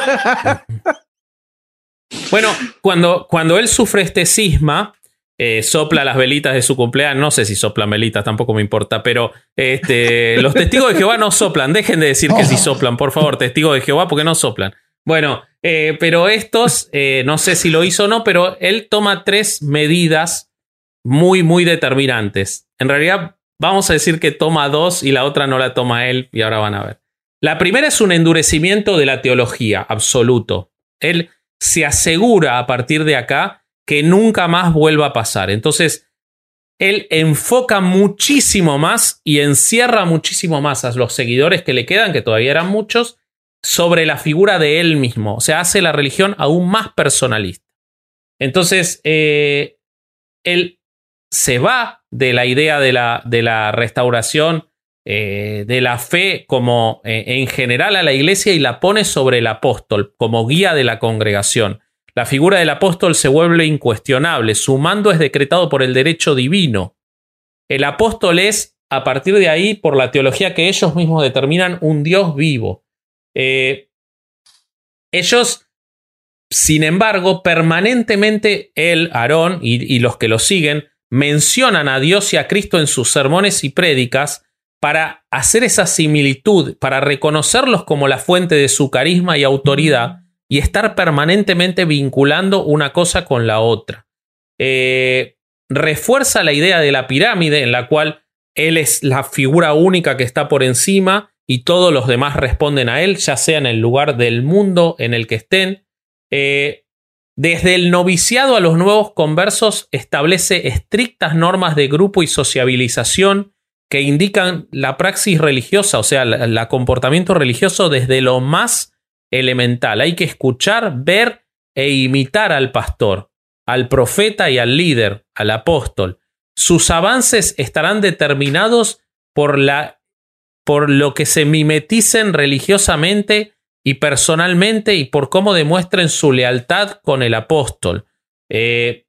Bueno, cuando, cuando él sufre este cisma, eh, sopla las velitas de su cumpleaños. No sé si soplan velitas, tampoco me importa, pero este, los testigos de Jehová no soplan. Dejen de decir que sí soplan, por favor, testigos de Jehová, porque no soplan. Bueno, eh, pero estos, eh, no sé si lo hizo o no, pero él toma tres medidas muy, muy determinantes. En realidad, vamos a decir que toma dos y la otra no la toma él, y ahora van a ver. La primera es un endurecimiento de la teología, absoluto. Él se asegura a partir de acá que nunca más vuelva a pasar. Entonces, él enfoca muchísimo más y encierra muchísimo más a los seguidores que le quedan, que todavía eran muchos, sobre la figura de él mismo. O sea, hace la religión aún más personalista. Entonces, eh, él se va de la idea de la, de la restauración eh, de la fe como eh, en general a la iglesia y la pone sobre el apóstol como guía de la congregación. La figura del apóstol se vuelve incuestionable. Su mando es decretado por el derecho divino. El apóstol es, a partir de ahí, por la teología que ellos mismos determinan, un Dios vivo. Eh, ellos, sin embargo, permanentemente él, Aarón y, y los que lo siguen, mencionan a Dios y a Cristo en sus sermones y prédicas para hacer esa similitud, para reconocerlos como la fuente de su carisma y autoridad y estar permanentemente vinculando una cosa con la otra. Eh, refuerza la idea de la pirámide en la cual él es la figura única que está por encima y todos los demás responden a él, ya sea en el lugar del mundo en el que estén. Eh, desde el noviciado a los nuevos conversos establece estrictas normas de grupo y sociabilización que indican la praxis religiosa, o sea, el comportamiento religioso desde lo más elemental. Hay que escuchar, ver e imitar al pastor, al profeta y al líder, al apóstol. Sus avances estarán determinados por la por lo que se mimeticen religiosamente y personalmente y por cómo demuestren su lealtad con el apóstol. Eh,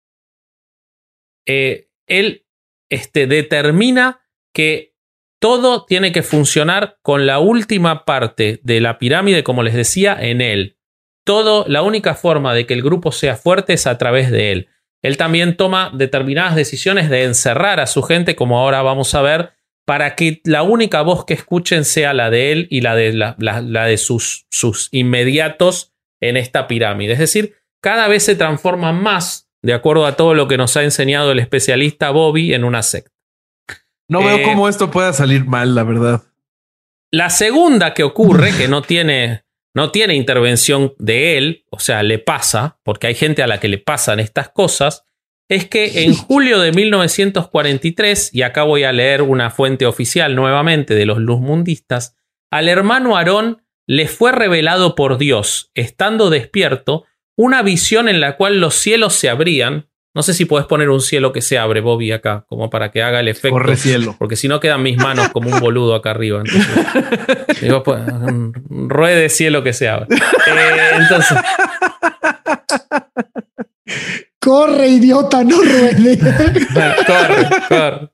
eh, él este, determina que todo tiene que funcionar con la última parte de la pirámide, como les decía, en él. Todo, la única forma de que el grupo sea fuerte es a través de él. Él también toma determinadas decisiones de encerrar a su gente, como ahora vamos a ver, para que la única voz que escuchen sea la de él y la de, la, la, la de sus, sus inmediatos en esta pirámide. Es decir, cada vez se transforma más, de acuerdo a todo lo que nos ha enseñado el especialista Bobby, en una secta. No veo eh, cómo esto pueda salir mal, la verdad. La segunda que ocurre, que no tiene, no tiene intervención de él, o sea, le pasa, porque hay gente a la que le pasan estas cosas, es que en julio de mil novecientos cuarenta y tres, y acá voy a leer una fuente oficial nuevamente de los luzmundistas, al hermano Aarón le fue revelado por Dios, estando despierto, una visión en la cual los cielos se abrían. No sé si puedes poner un cielo que se abre, Bobby, acá, como para que haga el efecto. Corre cielo. Porque si no quedan mis manos como un boludo acá arriba. Entonces, digo, pues, un ruede cielo que se abre. Eh, entonces... Corre, idiota, no ruede. corre, corre.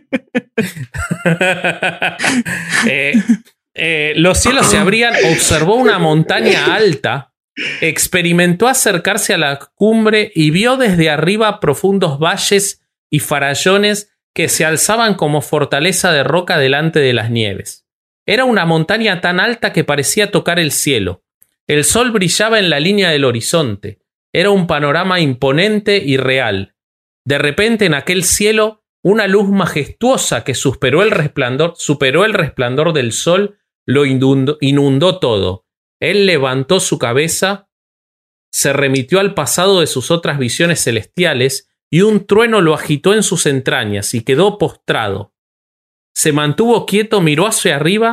eh, eh, los cielos se abrían, observó una montaña alta, experimentó acercarse a la cumbre y vio desde arriba profundos valles y farallones que se alzaban como fortaleza de roca delante de las nieves. Era una montaña tan alta que parecía tocar el cielo. El sol brillaba en la línea del horizonte. Era un panorama imponente y real. De repente, en aquel cielo, una luz majestuosa que superó el resplandor, superó el resplandor del sol, lo inundó, inundó todo. Él levantó su cabeza, se remitió al pasado de sus otras visiones celestiales, y un trueno lo agitó en sus entrañas y quedó postrado. Se mantuvo quieto, miró hacia arriba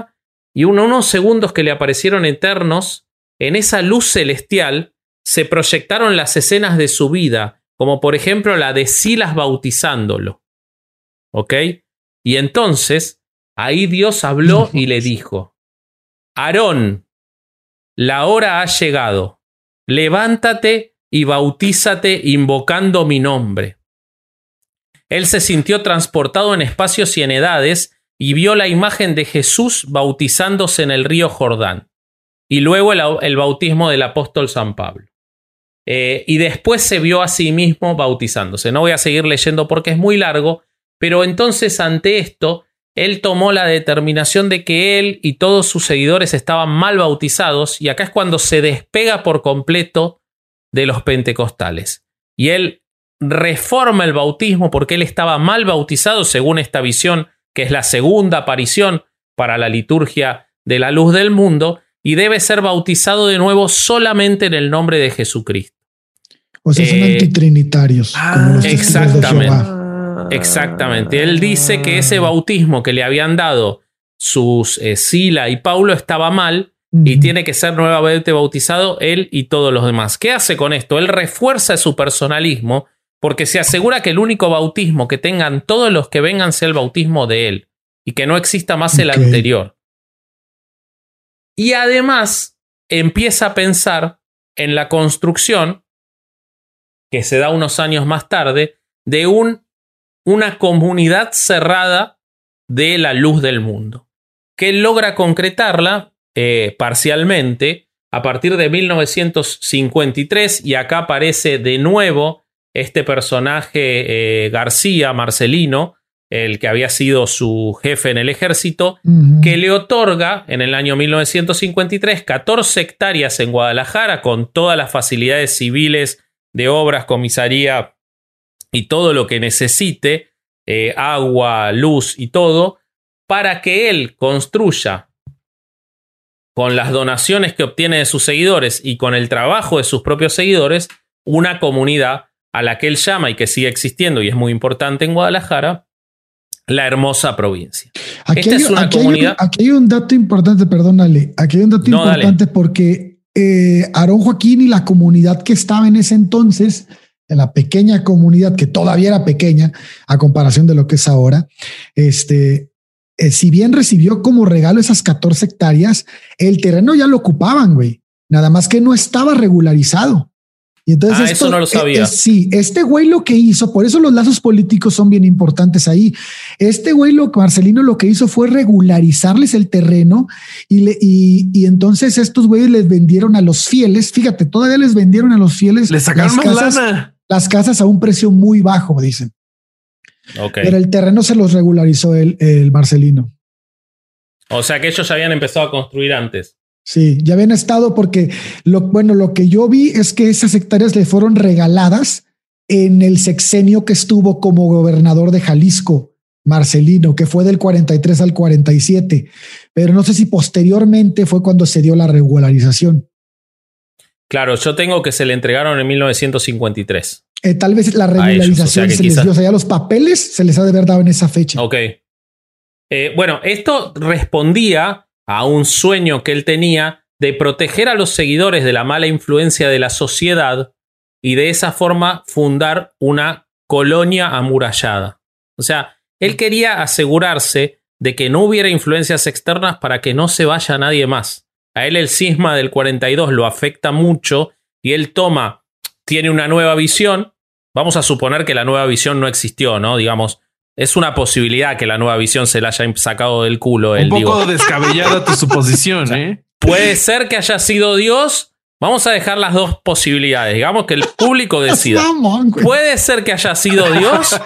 y uno, unos segundos que le aparecieron eternos, en esa luz celestial se proyectaron las escenas de su vida, como por ejemplo la de Silas bautizándolo. ¿Ok? Y entonces, ahí Dios habló y le dijo: Aarón, la hora ha llegado. Levántate y bautízate invocando mi nombre. Él se sintió transportado en espacios y en edades y vio la imagen de Jesús bautizándose en el río Jordán. Y luego el, el bautismo del apóstol San Pablo. Eh, y después se vio a sí mismo bautizándose. No voy a seguir leyendo porque es muy largo, pero entonces ante esto, él tomó la determinación de que él y todos sus seguidores estaban mal bautizados, y acá es cuando se despega por completo de los pentecostales. Y él reforma el bautismo porque él estaba mal bautizado según esta visión, que es la segunda aparición para la liturgia de la luz del mundo, y debe ser bautizado de nuevo solamente en el nombre de Jesucristo. O sea, son eh, antitrinitarios. Ah, como los exactamente. De exactamente. Él dice que ese bautismo que le habían dado sus eh, Sila y Paulo estaba mal, uh-huh, y tiene que ser nuevamente bautizado él y todos los demás. ¿Qué hace con esto? Él refuerza su personalismo porque se asegura que el único bautismo que tengan todos los que vengan sea el bautismo de él y que no exista más okay. el anterior. Y además empieza a pensar en la construcción, que se da unos años más tarde, de un, una comunidad cerrada de la luz del mundo, que él logra concretarla eh, parcialmente a partir de mil novecientos cincuenta y tres, y acá aparece de nuevo este personaje eh, García, Marcelino, el que había sido su jefe en el ejército, uh-huh, que le otorga en el año mil novecientos cincuenta y tres catorce hectáreas en Guadalajara con todas las facilidades civiles de obras, comisaría y todo lo que necesite, eh, agua, luz y todo, para que él construya con las donaciones que obtiene de sus seguidores y con el trabajo de sus propios seguidores, una comunidad a la que él llama y que sigue existiendo y es muy importante en Guadalajara, la hermosa provincia. Aquí Esta hay, es una aquí comunidad. Hay un, aquí hay un dato importante, perdónale. Aquí hay un dato no, importante dale. porque eh, Aarón Joaquín y la comunidad que estaba en ese entonces, en la pequeña comunidad que todavía era pequeña a comparación de lo que es ahora, este, eh, si bien recibió como regalo esas catorce hectáreas, el terreno ya lo ocupaban, güey. Nada más que no estaba regularizado. Y entonces ah, esto, eso no lo sabía. Eh, eh, sí, este güey lo que hizo, por eso los lazos políticos son bien importantes ahí. Este güey, lo Marcelino, lo que hizo fue regularizarles el terreno y, le, y, y entonces estos güeyes les vendieron a los fieles. Fíjate, todavía les vendieron a los fieles. Les sacaron más casas, lana. Las casas a un precio muy bajo, dicen. Okay. Pero el terreno se los regularizó el, el Marcelino. O sea que ellos ya habían empezado a construir antes. Sí, ya habían estado porque lo bueno, lo que yo vi es que esas hectáreas le fueron regaladas en el sexenio que estuvo como gobernador de Jalisco, Marcelino, que fue del cuarenta y tres al cuarenta y siete, pero no sé si posteriormente fue cuando se dio la regularización. Claro, yo tengo que se le entregaron en mil novecientos cincuenta y tres. Eh, tal vez la regularización ellos, o sea, se quizás... les dio, o sea, ya los papeles se les ha de haber dado en esa fecha. Ok. Eh, bueno, esto respondía a un sueño que él tenía de proteger a los seguidores de la mala influencia de la sociedad y de esa forma fundar una colonia amurallada. O sea, él quería asegurarse de que no hubiera influencias externas para que no se vaya nadie más. A él el cisma del cuarenta y dos lo afecta mucho y él toma, tiene una nueva visión. Vamos a suponer que la nueva visión no existió, ¿no? Digamos, es una posibilidad que la nueva visión se la haya sacado del culo. Un él, poco digo. descabellada tu suposición, o sea, ¿eh? Puede ser que haya sido Dios. Vamos a dejar las dos posibilidades. Digamos que el público decida. Puede ser que haya sido Dios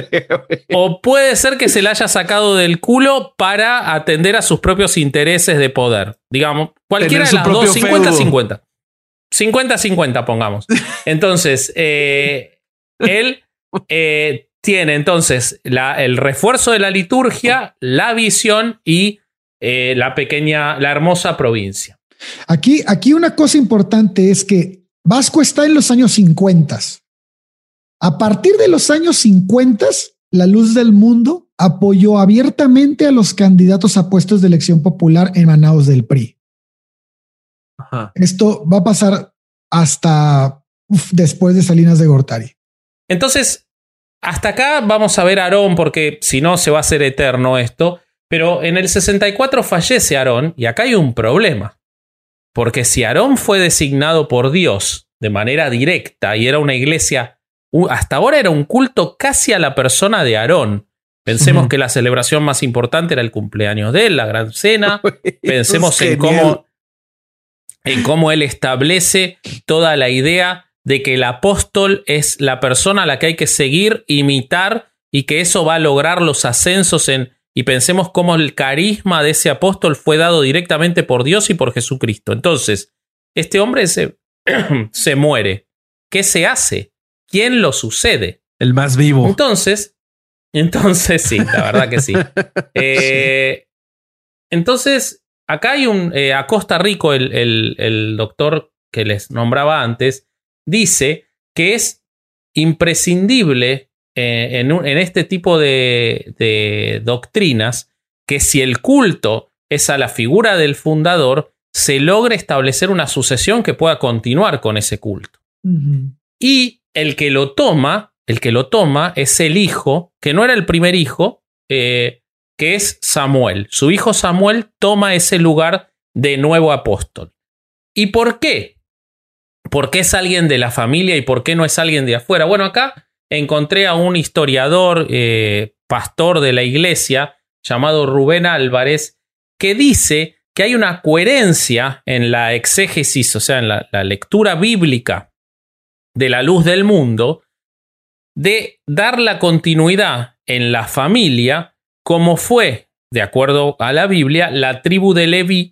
o puede ser que se la haya sacado del culo para atender a sus propios intereses de poder. Digamos, cualquiera de las dos, cincuenta cincuenta. cincuenta cincuenta, pongamos. Entonces, eh, él... Eh, tiene entonces la, el refuerzo de la liturgia, la visión y eh, la pequeña, la hermosa provincia. Aquí, aquí una cosa importante es que Vasco está en los años cincuenta. A partir de los años cincuenta, la luz del mundo apoyó abiertamente a los candidatos a puestos de elección popular emanados del P R I. Ajá. Esto va a pasar hasta uf, después de Salinas de Gortari. Entonces, hasta acá vamos a ver a Aarón, porque si no se va a hacer eterno esto. Pero en el sesenta y cuatro fallece Aarón, y acá hay un problema. Porque si Aarón fue designado por Dios de manera directa y era una iglesia, hasta ahora era un culto casi a la persona de Aarón. Pensemos uh-huh. que la celebración más importante era el cumpleaños de él, la gran cena. Pensemos en cómo, en cómo él establece toda la idea de que el apóstol es la persona a la que hay que seguir, imitar, y que eso va a lograr los ascensos en... Y pensemos cómo el carisma de ese apóstol fue dado directamente por Dios y por Jesucristo. Entonces, este hombre se, se muere. ¿Qué se hace? ¿Quién lo sucede? El más vivo. Entonces, entonces sí, la verdad que sí. Eh, entonces, acá hay un... Eh, Acosta Rico, el, el, el doctor que les nombraba antes, dice que es imprescindible... Eh, en, un, en este tipo de, de doctrinas, que si el culto es a la figura del fundador, se logre establecer una sucesión que pueda continuar con ese culto. Uh-huh. Y el que lo toma, el que lo toma es el hijo, que no era el primer hijo, eh, que es Samuel. Su hijo Samuel toma ese lugar de nuevo apóstol. ¿Y por qué? ¿Por qué es alguien de la familia y por qué no es alguien de afuera? Bueno, acá encontré a un historiador, eh, pastor de la iglesia, llamado Rubén Álvarez, que dice que hay una coherencia en la exégesis, o sea, en la, la lectura bíblica de la luz del mundo, de dar la continuidad en la familia, como fue, de acuerdo a la Biblia, la tribu de Leví,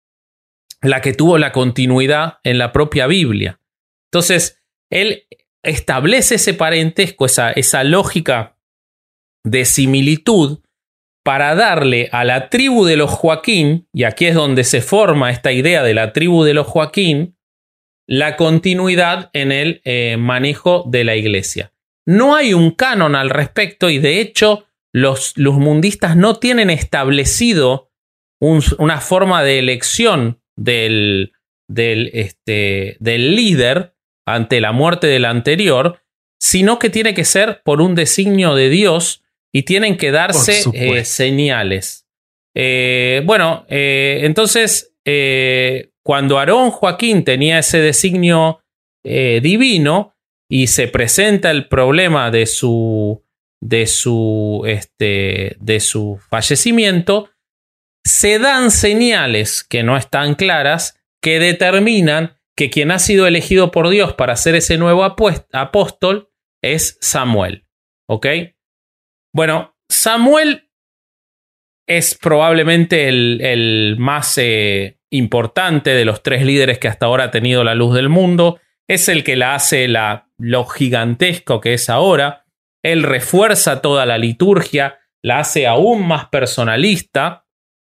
la que tuvo la continuidad en la propia Biblia. Entonces, él establece ese parentesco, esa, esa lógica de similitud para darle a la tribu de los Joaquín, y aquí es donde se forma esta idea de la tribu de los Joaquín, la continuidad en el eh, manejo de la iglesia. No hay un canon al respecto y de hecho los, los mundistas no tienen establecido un, una forma de elección del, del, este, del líder ante la muerte del anterior, sino que tiene que ser por un designio de Dios y tienen que darse eh, señales. Eh, bueno, eh, entonces, eh, cuando Aarón Joaquín tenía ese designio eh, divino y se presenta el problema de su, de su, este, de su fallecimiento, se dan señales que no están claras que determinan que quien ha sido elegido por Dios para ser ese nuevo apóstol es Samuel. ¿Ok? Bueno, Samuel es probablemente el, el más eh, importante de los tres líderes que hasta ahora ha tenido la luz del mundo. Es el que la hace la, lo gigantesco que es ahora. Él refuerza toda la liturgia, la hace aún más personalista.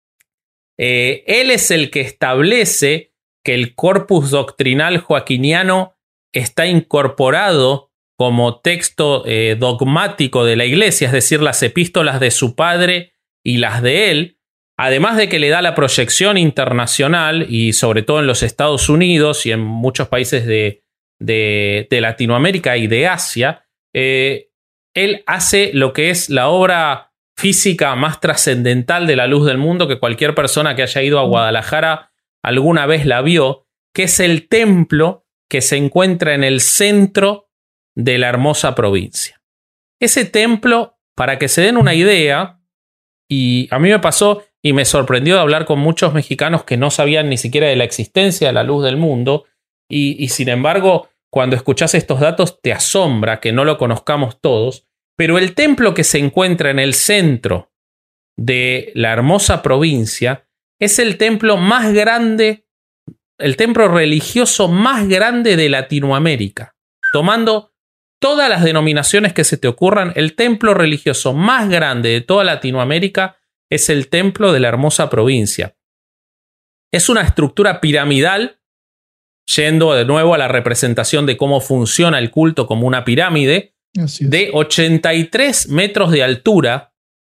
Eh, él es el que establece que el corpus doctrinal joaquiniano está incorporado como texto eh, dogmático de la iglesia, es decir, las epístolas de su padre y las de él, además de que le da la proyección internacional y sobre todo en los Estados Unidos y en muchos países de, de, de Latinoamérica y de Asia, eh, él hace lo que es la obra física más trascendental de la luz del mundo que cualquier persona que haya ido a Guadalajara alguna vez la vio, que es el templo que se encuentra en el centro de la hermosa provincia. Ese templo, para que se den una idea, y a mí me pasó y me sorprendió de hablar con muchos mexicanos que no sabían ni siquiera de la existencia de la luz del mundo, y, y sin embargo, cuando escuchás estos datos te asombra que no lo conozcamos todos, pero el templo que se encuentra en el centro de la hermosa provincia es el templo más grande, el templo religioso más grande de Latinoamérica. Tomando todas las denominaciones que se te ocurran, el templo religioso más grande de toda Latinoamérica es el templo de la hermosa provincia. Es una estructura piramidal, yendo de nuevo a la representación de cómo funciona el culto como una pirámide, de ochenta y tres metros de altura,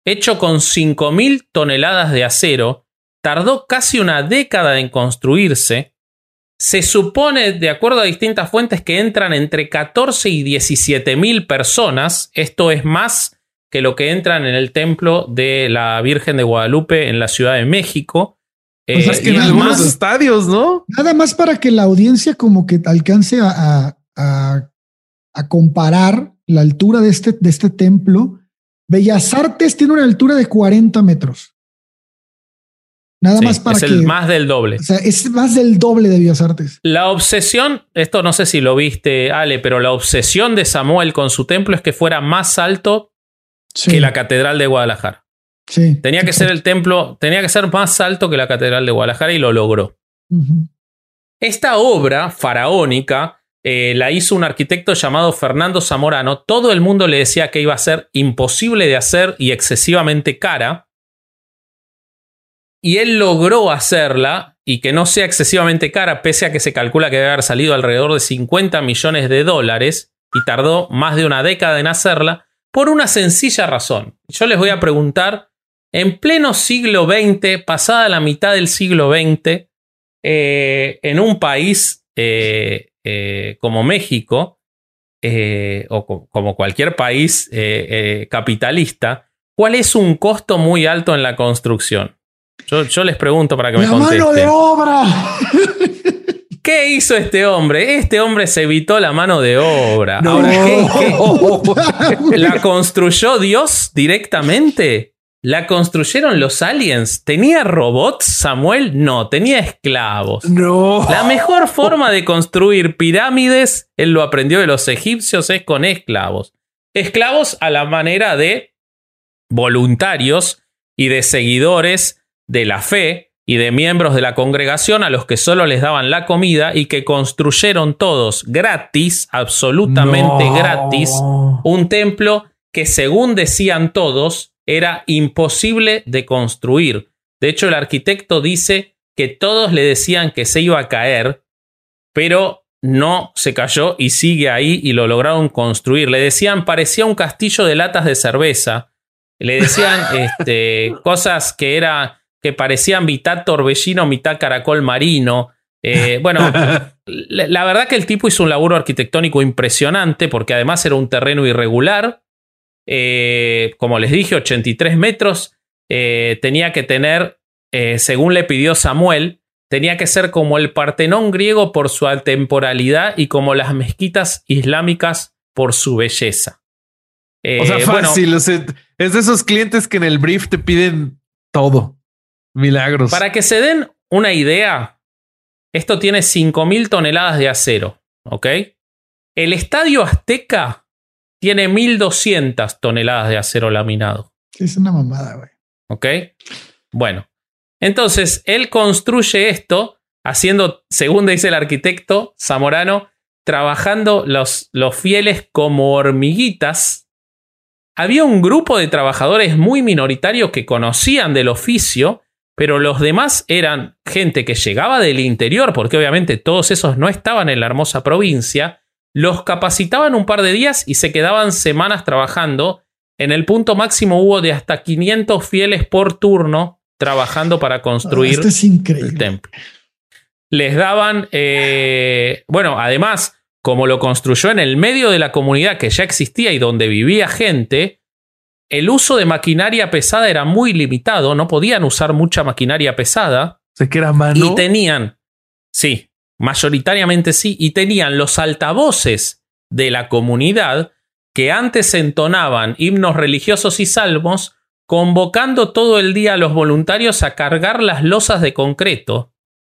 hecho con cinco mil toneladas de acero, tardó casi una década en construirse. Se supone, de acuerdo a distintas fuentes, que entran entre catorce y diecisiete mil personas. Esto es más que lo que entran en el templo de la Virgen de Guadalupe en la Ciudad de México. Pues eh, es que en algunos estadios, ¿no? Nada más para que la audiencia como que alcance a, a, a comparar la altura de este, de este templo. Bellas Artes tiene una altura de cuarenta metros. Nada sí, más para es que... el más del doble. O sea, es más del doble de Bellas Artes. La obsesión, esto no sé si lo viste, Ale, pero la obsesión de Samuel con su templo es que fuera más alto sí. que la Catedral de Guadalajara. Sí. Tenía que ser el templo, tenía que ser más alto que la Catedral de Guadalajara y lo logró. Uh-huh. Esta obra faraónica eh, la hizo un arquitecto llamado Fernando Zamorano. Todo el mundo le decía que iba a ser imposible de hacer y excesivamente cara. Y él logró hacerla y que no sea excesivamente cara, pese a que se calcula que debe haber salido alrededor de cincuenta millones de dólares y tardó más de una década en hacerla, por una sencilla razón. Yo les voy a preguntar, en pleno siglo veinte, pasada la mitad del siglo veinte, eh, en un país eh, eh, como México, eh, o co- como cualquier país eh, eh, capitalista, ¿cuál es un costo muy alto en la construcción? Yo, yo les pregunto para que ¡La me contesten. mano de obra! ¿Qué hizo este hombre? Este hombre se evitó la mano de obra. No. Ahora, ¿qué, qué? ¿La construyó Dios directamente? ¿La construyeron los aliens? ¿Tenía robots, Samuel? No, tenía esclavos. No. La mejor forma de construir pirámides, él lo aprendió de los egipcios, es con esclavos. Esclavos a la manera de voluntarios y de seguidores de la fe y de miembros de la congregación a los que solo les daban la comida y que construyeron todos gratis, absolutamente No. gratis, un templo que, según decían todos, era imposible de construir. De hecho, el arquitecto dice que todos le decían que se iba a caer, pero no se cayó y sigue ahí y lo lograron construir. Le decían, parecía un castillo de latas de cerveza. Le decían este, cosas que era... que parecían mitad torbellino, mitad caracol marino. Eh, bueno, la, la verdad que el tipo hizo un laburo arquitectónico impresionante porque además era un terreno irregular. Eh, como les dije, ochenta y tres metros. Eh, tenía que tener, eh, según le pidió Samuel, tenía que ser como el Partenón griego por su atemporalidad y como las mezquitas islámicas por su belleza. Eh, O sea, fácil. Bueno, o sea, es de esos clientes que en el brief te piden todo. Milagros. para que se den una idea, esto tiene cinco mil toneladas de acero, ¿ok? El Estadio Azteca tiene mil doscientas toneladas de acero laminado, Es una mamada, güey. ¿ok? Bueno, entonces él construye esto haciendo, según dice el arquitecto Zamorano, trabajando los, los fieles como hormiguitas. Había un grupo de trabajadores muy minoritario que conocían del oficio, pero los demás eran gente que llegaba del interior, porque obviamente todos esos no estaban en la hermosa provincia, los capacitaban un par de días y se quedaban semanas trabajando. En el punto máximo hubo de hasta quinientos fieles por turno trabajando para construir Esto es increíble. el templo. Les daban, eh, bueno, además, como lo construyó en el medio de la comunidad que ya existía y donde vivía gente, el uso de maquinaria pesada era muy limitado, no podían usar mucha maquinaria pesada. O sea, que era mano. Y tenían, sí, mayoritariamente sí, y tenían los altavoces de la comunidad que antes entonaban himnos religiosos y salmos, convocando todo el día a los voluntarios a cargar las losas de concreto.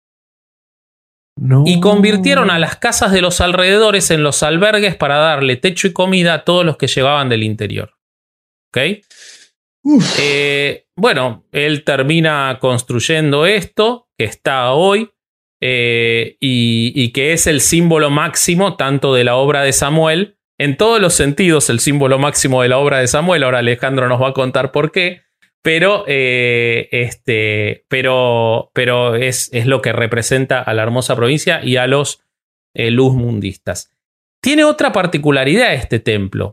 No. Y convirtieron a las casas de los alrededores en los albergues para darle techo y comida a todos los que llegaban del interior. ¿Ok? Uf. Eh, bueno, él termina construyendo esto, que está hoy, eh, y, y que es el símbolo máximo tanto de la obra de Samuel, en todos los sentidos el símbolo máximo de la obra de Samuel. Ahora Alejandro nos va a contar por qué, pero, eh, este, pero, pero es, es lo que representa a la hermosa provincia y a los eh, luzmundistas. Tiene otra particularidad este templo.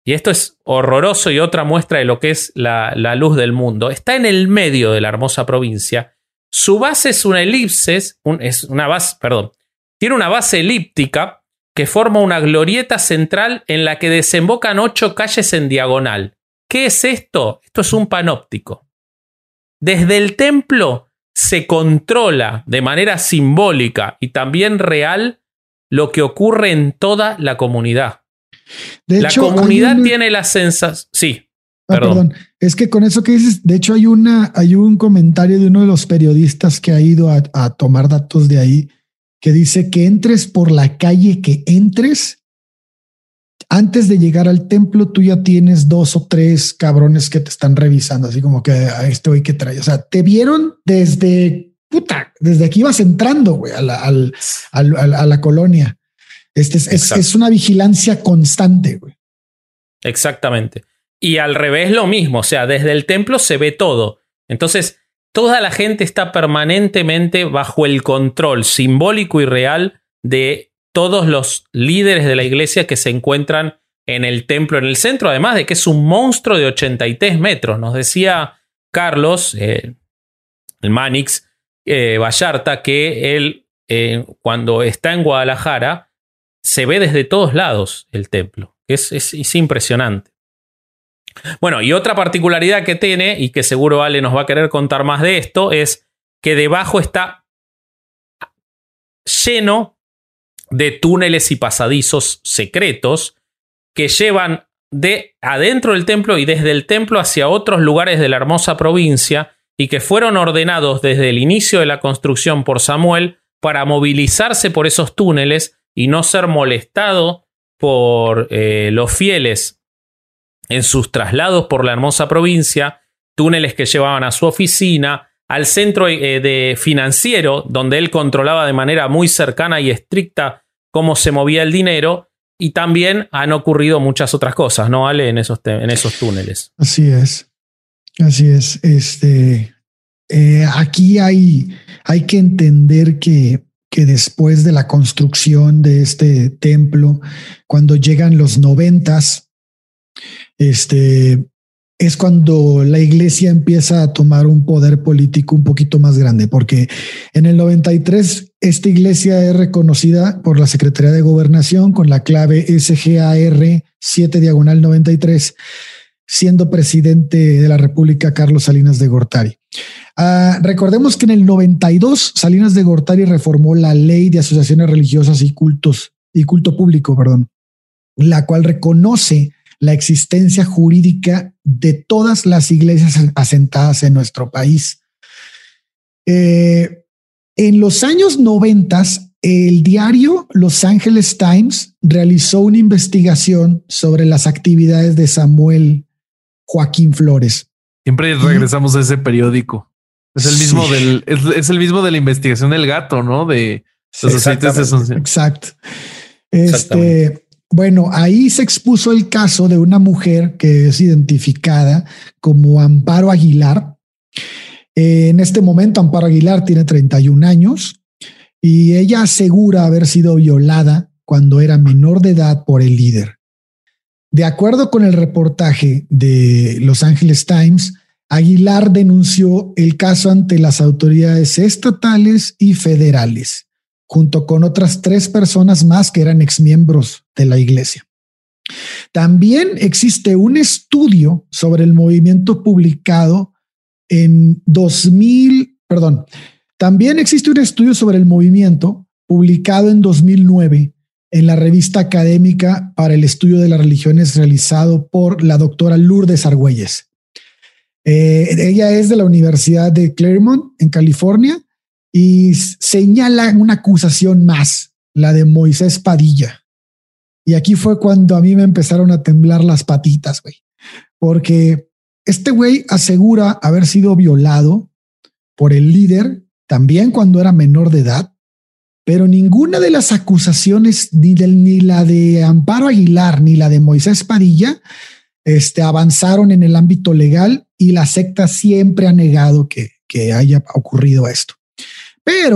y esto es horroroso y otra muestra de lo que es la, la luz del mundo, está en el medio de la hermosa provincia. Su base es una elipsis, un, es una base, perdón, tiene una base elíptica que forma una glorieta central en la que desembocan ocho calles en diagonal. ¿Qué es esto? Esto es un panóptico. Desde el templo se controla de manera simbólica y también real lo que ocurre en toda la comunidad. De la hecho, comunidad una... tiene la sensación... Sí, ah, perdón. perdón. Es que con eso que dices, de hecho hay, una, hay un comentario de uno de los periodistas que ha ido a, a tomar datos de ahí, que dice que entres por la calle que entres, antes de llegar al templo, tú ya tienes dos o tres cabrones que te están revisando, así como que a este güey que trae. O sea, te vieron desde puta, desde aquí ibas entrando, güey, a la, al, al, a la colonia. Este es, es, es una vigilancia constante, güey. Exactamente. Y al revés lo mismo, o sea, desde el templo se ve todo. Entonces, toda la gente está permanentemente bajo el control simbólico y real de todos los líderes de la iglesia que se encuentran en el templo, en el centro, además de que es un monstruo de ochenta y tres metros. Nos decía Carlos, eh, el Manix, eh, Vallarta, que él, eh, cuando está en Guadalajara, se ve desde todos lados el templo. Es, es, es impresionante. Bueno, y otra particularidad que tiene, y que seguro Ale nos va a querer contar más de esto, es que debajo está lleno de túneles y pasadizos secretos que llevan de adentro del templo y desde el templo hacia otros lugares de la hermosa provincia y que fueron ordenados desde el inicio de la construcción por Samuel para movilizarse por esos túneles y no ser molestado por eh, los fieles en sus traslados por la hermosa provincia, túneles que llevaban a su oficina, al centro eh, de financiero, donde él controlaba de manera muy cercana y estricta cómo se movía el dinero, y también han ocurrido muchas otras cosas, ¿no, Ale? En esos, en esos túneles. Así es, así es. Este, eh, aquí hay, hay que entender que, que después de la construcción de este templo, cuando llegan los noventas, este... es cuando la iglesia empieza a tomar un poder político un poquito más grande, porque en el noventa y tres esta iglesia es reconocida por la Secretaría de Gobernación con la clave S G A R siete diagonal noventa y tres, siendo presidente de la República Carlos Salinas de Gortari. Uh, recordemos que en el noventa y dos Salinas de Gortari reformó la ley de asociaciones religiosas y cultos y culto público, perdón, la cual reconoce la existencia jurídica de todas las iglesias asentadas en nuestro país. Eh, en los años noventas, el diario Los Angeles Times realizó una investigación sobre las actividades de Samuel Joaquín Flores. Siempre regresamos y, a ese periódico. Es el mismo sí. del, es, es el mismo de la investigación del gato, ¿no? De los sí, aceites de Asunción. Exacto. Este. Bueno, ahí se expuso el caso de una mujer que es identificada como Amparo Aguilar. Eh, en este momento, Amparo Aguilar tiene treinta y un años y ella asegura haber sido violada cuando era menor de edad por el líder. De acuerdo con el reportaje de Los Angeles Times, Aguilar denunció el caso ante las autoridades estatales y federales, junto con otras tres personas más que eran exmiembros de la iglesia. También existe un estudio sobre el movimiento publicado en dos mil, perdón, también existe un estudio sobre el movimiento publicado en dos mil nueve en la revista académica para el estudio de las religiones realizado por la doctora Lourdes Argüelles. Eh, ella es de la Universidad de Claremont en California y señala una acusación más, la de Moisés Padilla. Y aquí fue cuando a mí me empezaron a temblar las patitas, güey. Porque este güey asegura haber sido violado por el líder también cuando era menor de edad, pero ninguna de las acusaciones, ni, del, ni la de Amparo Aguilar, ni la de Moisés Padilla, este, avanzaron en el ámbito legal y la secta siempre ha negado que, que haya ocurrido esto. Pero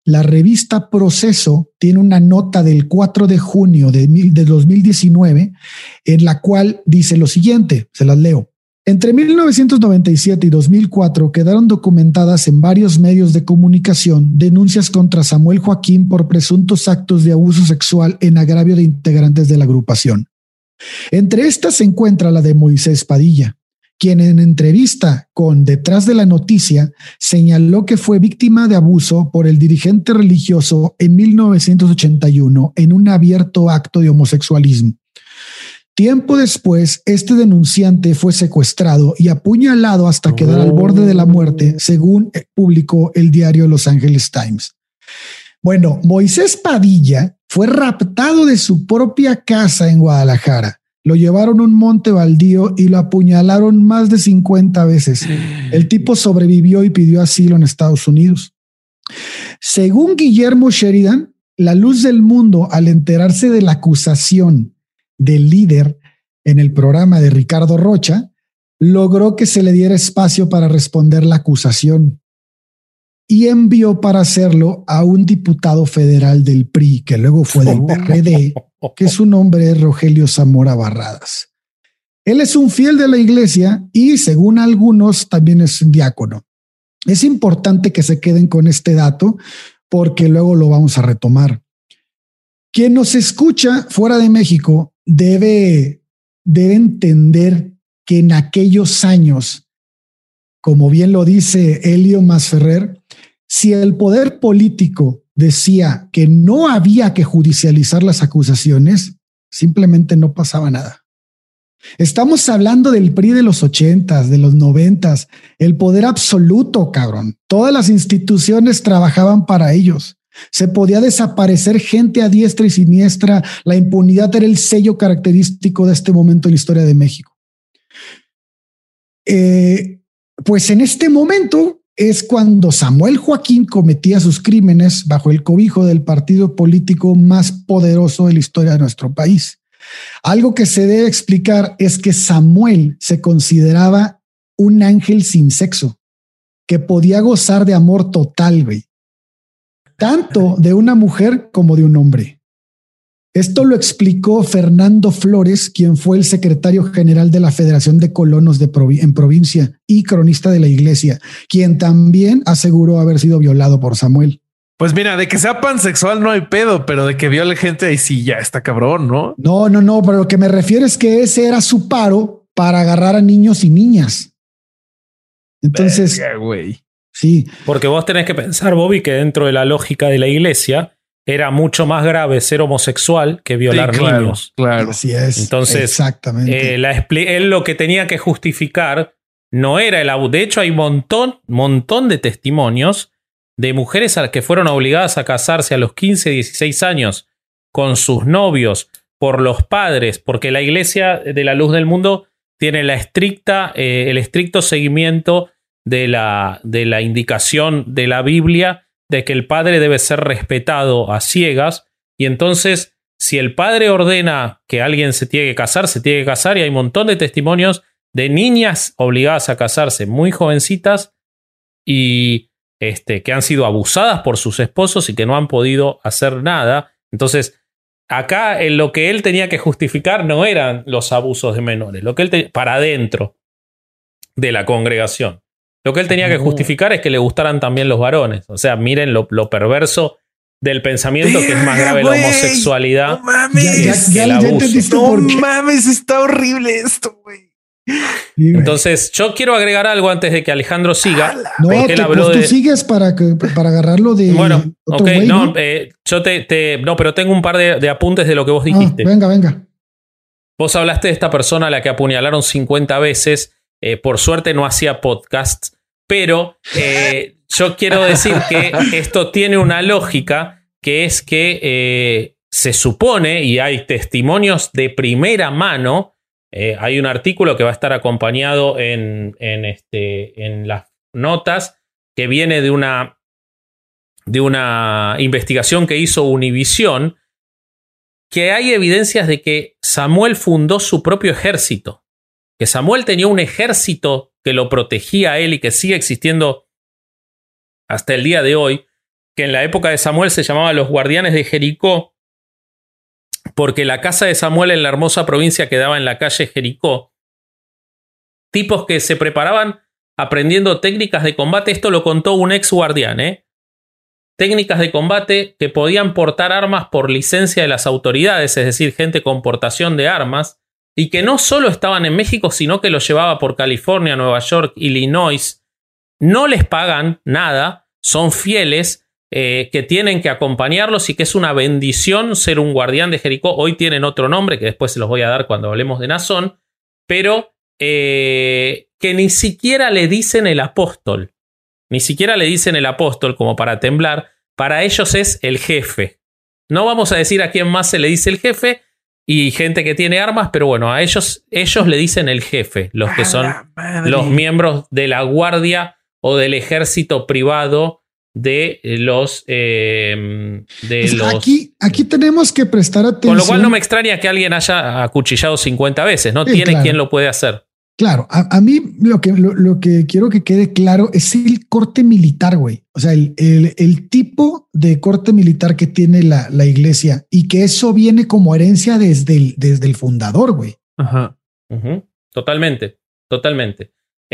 la revista Proceso tiene una nota del cuatro de junio de, de dos mil diecinueve en la cual dice lo siguiente, se las leo. Entre mil novecientos noventa y siete y dos mil cuatro quedaron documentadas en varios medios de comunicación denuncias contra Samuel Joaquín por presuntos actos de abuso sexual en agravio de integrantes de la agrupación. Entre estas se encuentra la de Moisés Padilla, quien en entrevista con Detrás de la Noticia señaló que fue víctima de abuso por el dirigente religioso en mil novecientos ochenta y uno en un abierto acto de homosexualismo. Tiempo después, este denunciante fue secuestrado y apuñalado hasta quedar al borde de la muerte, según publicó el diario Los Angeles Times. Bueno, Moisés Padilla fue raptado de su propia casa en Guadalajara. Lo llevaron a un monte baldío y lo apuñalaron más de cincuenta veces. El tipo sobrevivió y pidió asilo en Estados Unidos. Según Guillermo Sheridan, la luz del mundo, al enterarse de la acusación del líder en el programa de Ricardo Rocha, logró que se le diera espacio para responder la acusación y envió para hacerlo a un diputado federal del P R I, que luego fue del P R D, que su nombre es Rogelio Zamora Barradas. Él es un fiel de la iglesia y, según algunos, también es un diácono. Es importante que se queden con este dato porque luego lo vamos a retomar. Quien nos escucha fuera de México debe, debe entender que en aquellos años, como bien lo dice Elio Masferrer, si el poder político decía que no había que judicializar las acusaciones, simplemente no pasaba nada. Estamos hablando del P R I de los ochentas, de los noventas, el poder absoluto, cabrón. Todas las instituciones trabajaban para ellos. Se podía desaparecer gente a diestra y siniestra. La impunidad era el sello característico de este momento en la historia de México. Eh, pues en este momento es cuando Samuel Joaquín cometía sus crímenes bajo el cobijo del partido político más poderoso de la historia de nuestro país. Algo que se debe explicar es que Samuel se consideraba un ángel sin sexo, que podía gozar de amor total, güey. Tanto de una mujer como de un hombre. Esto lo explicó Fernando Flores, quien fue el secretario general de la Federación de Colonos de Provi- en provincia y cronista de la iglesia, quien también aseguró haber sido violado por Samuel. Pues mira, de que sea pansexual no hay pedo, pero de que viole gente ahí sí ya está cabrón, ¿no? No, no, no, pero lo que me refiero es que ese era su paro para agarrar a niños y niñas. Entonces, Verga, güey. Sí. Porque vos tenés que pensar, Bobby, que dentro de la lógica de la iglesia era mucho más grave ser homosexual que violar Sí, claro, niños. Claro. Así es. Entonces, exactamente. Eh, la expli- él lo que tenía que justificar no era el abuso. De hecho, hay un montón, montón de testimonios de mujeres a las que fueron obligadas a casarse a los quince, dieciséis años con sus novios por los padres, porque la iglesia de la luz del mundo tiene la estricta, eh, el estricto seguimiento de la, de la indicación de la Biblia de que el padre debe ser respetado a ciegas, y entonces si el padre ordena que alguien se tiene que casar, se tiene que casar, y hay un montón de testimonios de niñas obligadas a casarse muy jovencitas y este, que han sido abusadas por sus esposos y que no han podido hacer nada. Entonces acá en lo que él tenía que justificar no eran los abusos de menores, lo que él te- para adentro de la congregación. Lo que él tenía que justificar es que le gustaran también los varones. O sea, miren lo, lo perverso del pensamiento, que es más grave la homosexualidad. No mames. Ya, ya, es ya, el ya abuso. entendiste No por qué. mames, está horrible esto, güey. Sí, güey. Entonces, yo quiero agregar algo antes de que Alejandro siga. no, porque que, él habló pues tú de... sigues para, que, para agarrarlo de Bueno, otro ok, güey, no, ¿no? eh, yo te, te- no, pero tengo un par de, de apuntes de lo que vos Ah, dijiste. venga, venga. Vos hablaste de esta persona a la que apuñalaron cincuenta veces. Eh, por suerte no hacía podcasts. Pero eh, yo quiero decir que esto tiene una lógica, que es que eh, se supone, y hay testimonios de primera mano, eh, hay un artículo que va a estar acompañado en, en, este, en las notas, que viene de una, de una investigación que hizo Univisión, que hay evidencias de que Samuel fundó su propio ejército, que Samuel tenía un ejército que lo protegía a él y que sigue existiendo hasta el día de hoy, que en la época de Samuel se llamaba los guardianes de Jericó, porque la casa de Samuel en la hermosa provincia quedaba en la calle Jericó. Tipos que se preparaban aprendiendo técnicas de combate. Esto lo contó un ex guardián, ¿eh? Técnicas de combate que podían portar armas por licencia de las autoridades, es decir, gente con portación de armas, y que no solo estaban en México, sino que los llevaba por California, Nueva York, Illinois. No les pagan nada, son fieles, eh, que tienen que acompañarlos y que es una bendición ser un guardián de Jericó. Hoy tienen otro nombre que después se los voy a dar cuando hablemos de Nazón, pero eh, que ni siquiera le dicen el apóstol. Ni siquiera le dicen el apóstol como para temblar. Para ellos es el jefe. No vamos a decir a quién más se le dice el jefe y gente que tiene armas, pero bueno, a ellos, ellos le dicen el jefe, los que son los miembros de la guardia o del ejército privado de los... Eh, de pues los aquí, aquí tenemos que prestar atención. Con lo cual no me extraña que alguien haya acuchillado cincuenta veces, ¿no? Sí, Tiene claro. quien lo puede hacer. Claro, a, a mí lo que, lo, lo que quiero que quede claro es el corte militar, güey. O sea, el, el, el tipo de corte militar que tiene la, la iglesia y que eso viene como herencia desde el, desde el fundador, güey. Ajá. Uh-huh. Totalmente, totalmente.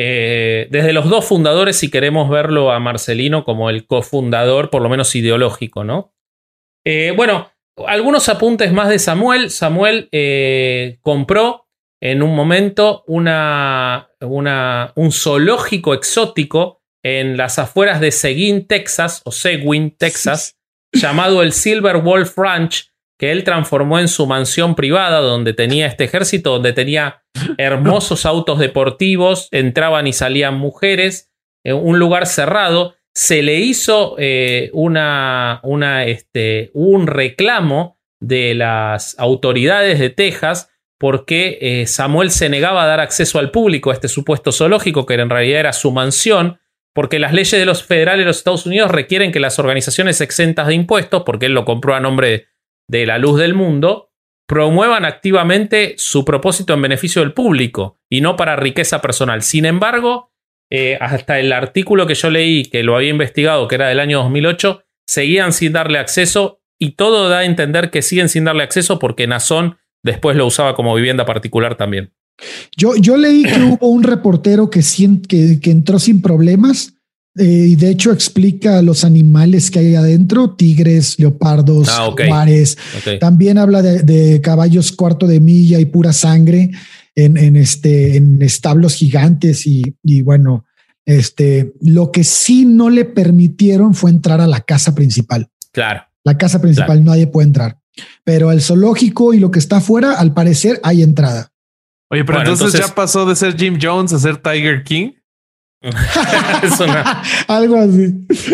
Eh, desde los dos fundadores, si queremos verlo a Marcelino como el cofundador, por lo menos ideológico, ¿no? Eh, bueno, algunos apuntes más de Samuel. Samuel eh, compró en un momento una, una, un zoológico exótico en las afueras de Seguin, Texas, o Seguin, Texas, sí. llamado el Silver Wolf Ranch, que él transformó en su mansión privada, donde tenía este ejército, donde tenía hermosos autos deportivos, entraban y salían mujeres, eh, un lugar cerrado. Se le hizo eh, una, una, este, un reclamo de las autoridades de Texas, porque eh, Samuel se negaba a dar acceso al público a este supuesto zoológico, que en realidad era su mansión, porque las leyes de los federales de los Estados Unidos requieren que las organizaciones exentas de impuestos, porque él lo compró a nombre de, de la luz del mundo, promuevan activamente su propósito en beneficio del público y no para riqueza personal. Sin embargo, eh, hasta el artículo que yo leí, que lo había investigado, que era del año dos mil ocho, seguían sin darle acceso, y todo da a entender que siguen sin darle acceso porque Nazón después lo usaba como vivienda particular también. Yo, yo leí que hubo un reportero que, que, que entró sin problemas eh, y de hecho explica los animales que hay adentro: tigres, leopardos, ah, okay. jaguares. Okay. También habla de, de caballos cuarto de milla y pura sangre en, en, este, en establos gigantes y, y bueno, este, lo que sí no le permitieron fue entrar a la casa principal. Claro. La casa principal, claro. Nadie puede entrar. Pero el zoológico y lo que está afuera, al parecer, hay entrada. Oye, pero bueno, entonces, entonces ya pasó de ser Jim Jones a ser Tiger King. Es una... Algo así.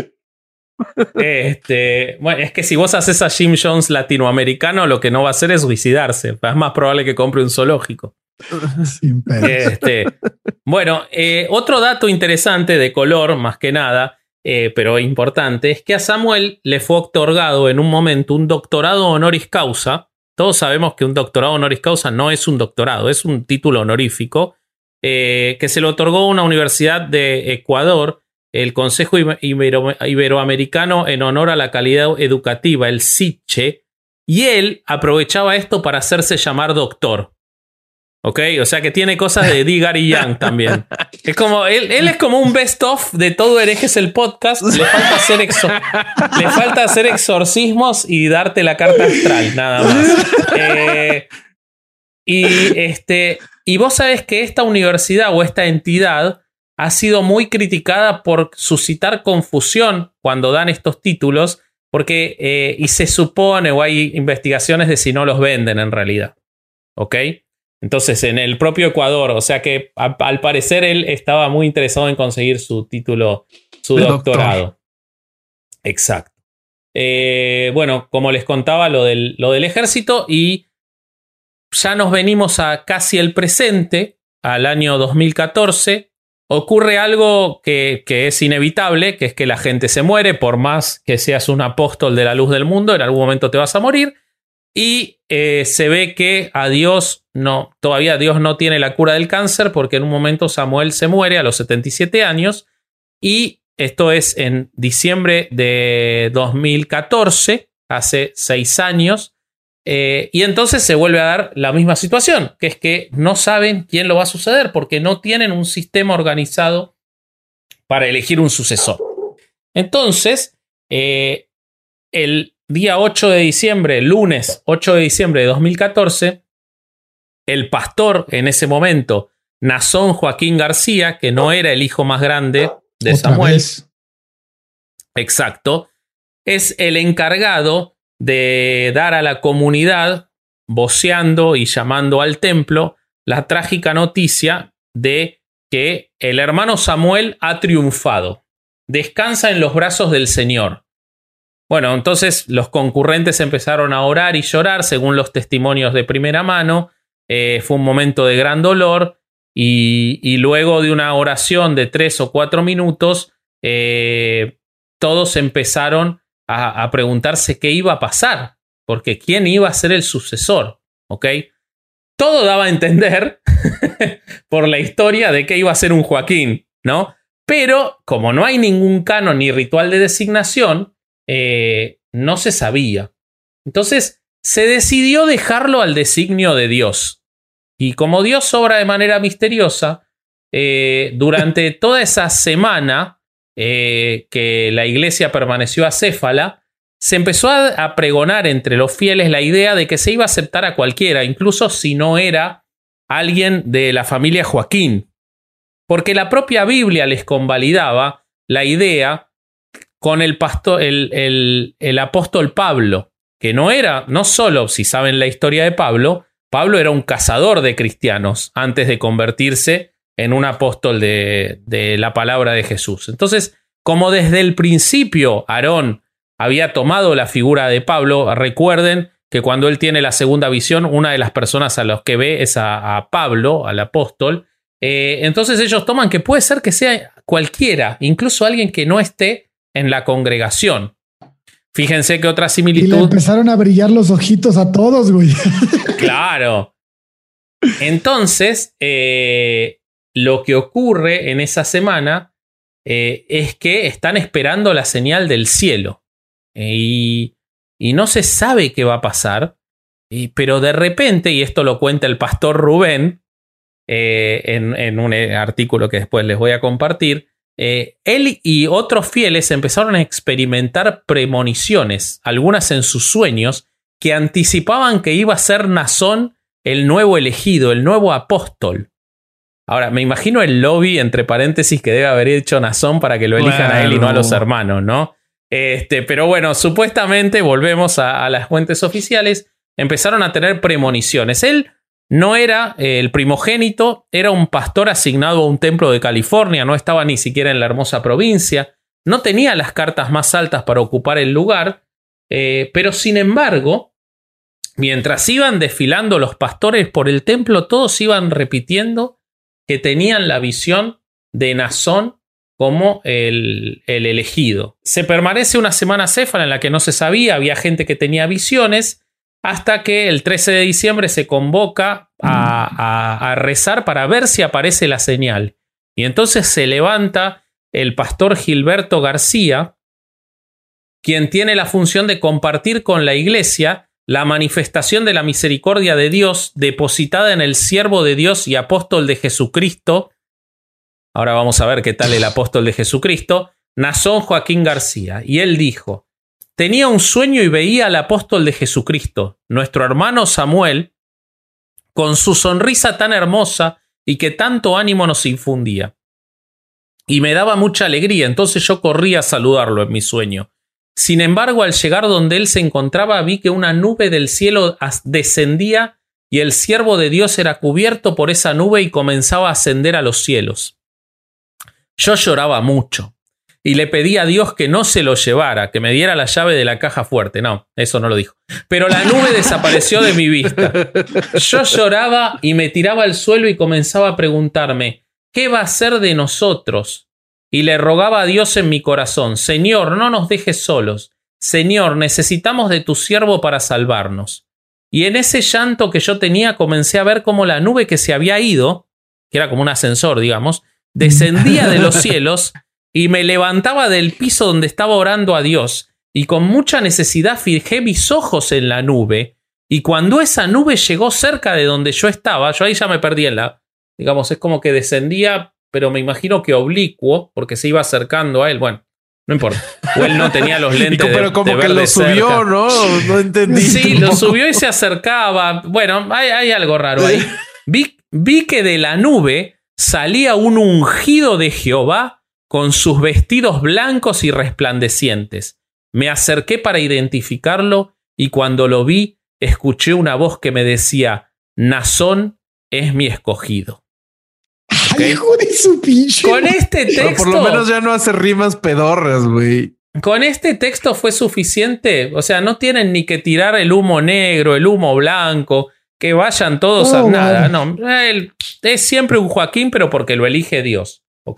Este, bueno, es que si vos haces a Jim Jones latinoamericano, lo que no va a hacer es suicidarse. Es más probable que compre un zoológico. Sin este, bueno, eh, otro dato interesante de color, más que nada, Eh, pero importante, es que a Samuel le fue otorgado en un momento un doctorado honoris causa. Todos sabemos que un doctorado honoris causa no es un doctorado, es un título honorífico eh, que se le otorgó a una universidad de Ecuador, el Consejo Ibero- Iberoamericano en honor a la calidad educativa, el SICHE, y él aprovechaba esto para hacerse llamar doctor. Ok, o sea que tiene cosas de D. Gary Young también. Es como, él, él es como un best of de todo Herejes el podcast. Le falta hacer exor- le falta hacer exorcismos y darte la carta astral, nada más. Eh, y este, y vos sabés que esta universidad o esta entidad ha sido muy criticada por suscitar confusión cuando dan estos títulos, porque eh, y se supone o hay investigaciones de si no los venden en realidad. ¿Ok? Entonces, en el propio Ecuador, o sea que a, al parecer él estaba muy interesado en conseguir su título, su el doctorado. Doctor. Exacto. Eh, bueno, como les contaba, lo del, lo del ejército, y ya nos venimos a casi el presente, al año dos mil catorce. Ocurre algo que, que es inevitable, que es que la gente se muere, por más que seas un apóstol de la luz del mundo, en algún momento te vas a morir. Y eh, se ve que a Dios no, todavía Dios no tiene la cura del cáncer, porque en un momento Samuel se muere a los setenta y siete años y Esto es en diciembre de dos mil catorce, hace seis años. Eh, y entonces se vuelve a dar la misma situación, que es que no saben quién lo va a suceder porque no tienen un sistema organizado para elegir un sucesor. Entonces, eh, el día ocho de diciembre, lunes ocho de diciembre de dos mil catorce, el pastor en ese momento, Naasón Joaquín García, que no era el hijo más grande de Otra Samuel, vez. exacto, es el encargado de dar a la comunidad, voceando y llamando al templo, la trágica noticia de que el hermano Samuel ha triunfado. Descansa en los brazos del Señor. Bueno, entonces los concurrentes empezaron a orar y llorar según los testimonios de primera mano. Eh, fue un momento de gran dolor y, y luego de una oración de tres o cuatro minutos, eh, todos empezaron a, a preguntarse qué iba a pasar, porque quién iba a ser el sucesor, ¿ok? Todo daba a entender por la historia de que iba a ser un Joaquín, ¿no? Pero como no hay ningún canon ni ritual de designación, eh, no se sabía. Entonces se decidió dejarlo al designio de Dios. Y como Dios obra de manera misteriosa, eh, durante toda esa semana eh, que la iglesia permaneció acéfala, se empezó a, a pregonar entre los fieles la idea de que se iba a aceptar a cualquiera, incluso si no era alguien de la familia Joaquín. Porque la propia Biblia les convalidaba la idea con el, pastor, el, el, el apóstol Pablo, que no era, no solo, si saben la historia de Pablo, Pablo era un cazador de cristianos antes de convertirse en un apóstol de, de la palabra de Jesús. Entonces, como desde el principio Aarón había tomado la figura de Pablo, recuerden que cuando él tiene la segunda visión, una de las personas a los que ve es a, a Pablo, al apóstol. Eh, entonces ellos toman que puede ser que sea cualquiera, incluso alguien que no esté en la congregación. Fíjense que otra similitud. Y le empezaron a brillar los ojitos a todos, güey. Claro. Entonces, eh, lo que ocurre en esa semana eh, es que están esperando la señal del cielo. Eh, y, y no se sabe qué va a pasar. Y, pero de repente, y esto lo cuenta el pastor Rubén eh, en, en un artículo que después les voy a compartir, eh, él y otros fieles empezaron a experimentar premoniciones, algunas en sus sueños, que anticipaban que iba a ser Naasón el nuevo elegido, el nuevo apóstol. Ahora, me imagino el lobby, entre paréntesis, que debe haber hecho Naasón para que lo elijan claro. a él y no a los hermanos, ¿no? Este, pero bueno, supuestamente, volvemos a, a las fuentes oficiales, empezaron a tener premoniciones. Él no era eh, el primogénito, era un pastor asignado a un templo de California, no estaba ni siquiera en la hermosa provincia, no tenía las cartas más altas para ocupar el lugar, eh, pero sin embargo, mientras iban desfilando los pastores por el templo, todos iban repitiendo que tenían la visión de Naasón como el, el elegido. Se permanece una semana céfala en la que no se sabía, había gente que tenía visiones, hasta que el trece de diciembre se convoca a, a, a rezar para ver si aparece la señal. Y entonces se levanta el pastor Gilberto García, quien tiene la función de compartir con la iglesia la manifestación de la misericordia de Dios depositada en el siervo de Dios y apóstol de Jesucristo. Ahora vamos a ver qué tal el apóstol de Jesucristo, Naasón Joaquín García. Y él dijo: tenía un sueño y veía al apóstol de Jesucristo, nuestro hermano Samuel, con su sonrisa tan hermosa y que tanto ánimo nos infundía. Y me daba mucha alegría, entonces yo corrí a saludarlo en mi sueño. Sin embargo, al llegar donde él se encontraba, vi que una nube del cielo descendía y el siervo de Dios era cubierto por esa nube y comenzaba a ascender a los cielos. Yo lloraba mucho y le pedí a Dios que no se lo llevara, que me diera la llave de la caja fuerte. No, eso no lo dijo. Pero la nube desapareció de mi vista. Yo lloraba y me tiraba al suelo y comenzaba a preguntarme, ¿qué va a ser de nosotros? Y le rogaba a Dios en mi corazón, Señor, no nos dejes solos. Señor, necesitamos de tu siervo para salvarnos. Y en ese llanto que yo tenía comencé a ver cómo la nube que se había ido, que era como un ascensor, digamos, descendía de los cielos y me levantaba del piso donde estaba orando a Dios y con mucha necesidad fijé mis ojos en la nube y cuando esa nube llegó cerca de donde yo estaba, yo ahí ya me perdí en la, digamos, es como que descendía, pero me imagino que oblicuo porque se iba acercando a él, bueno. No importa. O él no tenía los lentes. Pero de, como de que lo subió, cerca. ¿no? No entendí. Sí, lo subió y se acercaba. Bueno, hay, hay algo raro ahí. Vi, vi que de la nube salía un ungido de Jehová con sus vestidos blancos y resplandecientes. Me acerqué para identificarlo y cuando lo vi, escuché una voz que me decía: Nazón es mi escogido. ¿Okay? Ay, hijo de su pinche. Con este texto. Pero por lo menos ya no hace rimas pedorras, güey. Con este texto fue suficiente. O sea, no tienen ni que tirar el humo negro, el humo blanco, que vayan todos oh, a nada. Wow. No, él es siempre un Joaquín, pero porque lo elige Dios. ¿Ok?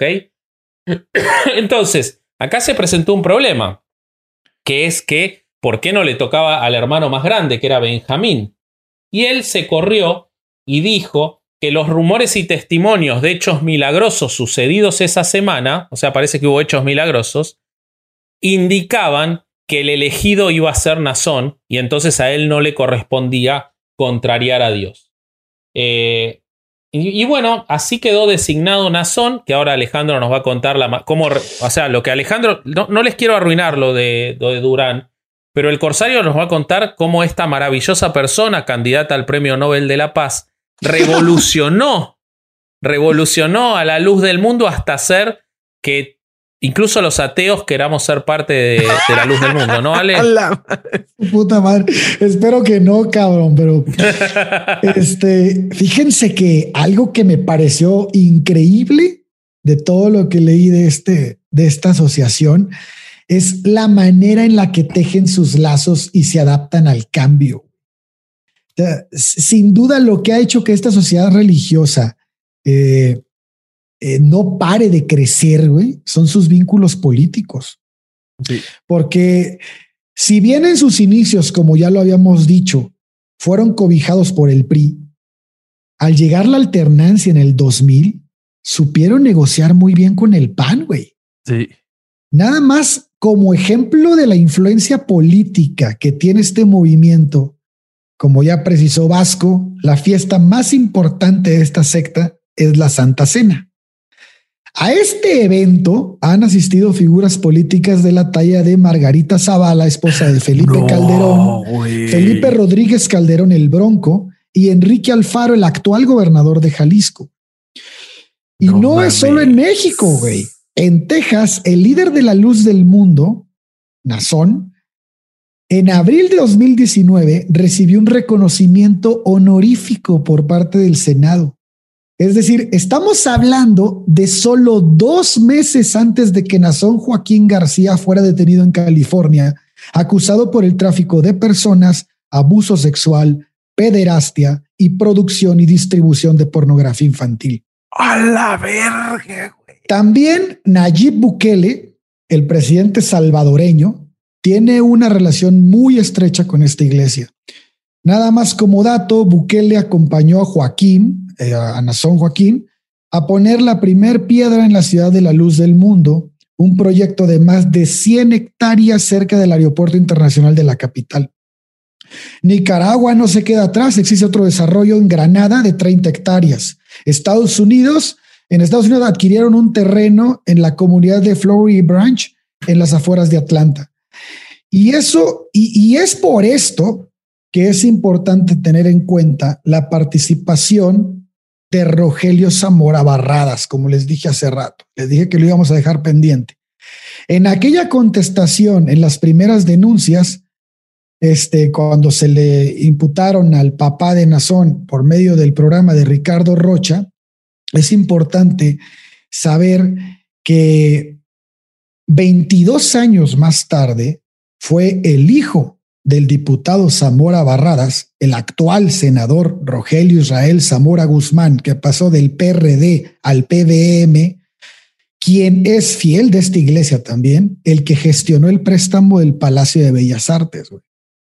Entonces, acá se presentó un problema. Que es que, ¿por qué no le tocaba al hermano más grande, que era Benjamín? Y él se corrió y dijo que los rumores y testimonios de hechos milagrosos sucedidos esa semana, o sea, parece que hubo hechos milagrosos, indicaban que el elegido iba a ser Nazón y entonces a él no le correspondía contrariar a Dios. Eh, y, y bueno, así quedó designado Nazón, que ahora Alejandro nos va a contar la, cómo, o sea, lo que Alejandro, no, no les quiero arruinar lo de, lo de Durán, pero el Corsario nos va a contar cómo esta maravillosa persona, candidata al Premio Nobel de la Paz, revolucionó, revolucionó a la luz del mundo hasta hacer que incluso los ateos queramos ser parte de, de la luz del mundo, ¿no, Ale? Puta madre. Espero que no, cabrón, pero este, fíjense que algo que me pareció increíble de todo lo que leí de este, de esta asociación es la manera en la que tejen sus lazos y se adaptan al cambio. Sin duda, lo que ha hecho que esta sociedad religiosa eh, eh, no pare de crecer, güey, son sus vínculos políticos. Sí. Porque si bien en sus inicios, como ya lo habíamos dicho, fueron cobijados por el P R I, al llegar la alternancia en el dos mil, supieron negociar muy bien con el P A N, güey. Sí. Nada más como ejemplo de la influencia política que tiene este movimiento. Como ya precisó Vasco, la fiesta más importante de esta secta es la Santa Cena. A este evento han asistido figuras políticas de la talla de Margarita Zavala, esposa de Felipe no, Calderón, wey. Felipe Rodríguez Calderón el Bronco y Enrique Alfaro, el actual gobernador de Jalisco. Y no, no es solo en México, güey. En Texas, el líder de la luz del mundo, Nazón, en abril de dos mil diecinueve recibió un reconocimiento honorífico por parte del Senado. Es decir, estamos hablando de solo dos meses antes de que Nazón Joaquín García fuera detenido en California, acusado por el tráfico de personas, abuso sexual, pederastia y producción y distribución de pornografía infantil. ¡A la verga, güey! También Nayib Bukele, el presidente salvadoreño, tiene una relación muy estrecha con esta iglesia. Nada más como dato, Bukele acompañó a Joaquín, eh, a Nazón Joaquín, a poner la primer piedra en la Ciudad de la Luz del Mundo, un proyecto de más de cien hectáreas cerca del Aeropuerto Internacional de la capital. Nicaragua no se queda atrás, existe otro desarrollo en Granada de treinta hectáreas. Estados Unidos, en Estados Unidos adquirieron un terreno en la comunidad de Flowery Branch, en las afueras de Atlanta. Y eso, y, y es por esto que es importante tener en cuenta la participación de Rogelio Zamora Barradas, como les dije hace rato. Les dije que lo íbamos a dejar pendiente. En aquella contestación, en las primeras denuncias, este, cuando se le imputaron al papá de Nazón por medio del programa de Ricardo Rocha, es importante saber que veintidós años más tarde fue el hijo del diputado Zamora Barradas, el actual senador Rogelio Israel Zamora Guzmán, que pasó del P R D al P D M, quien es fiel de esta iglesia también, el que gestionó el préstamo del Palacio de Bellas Artes. Güey.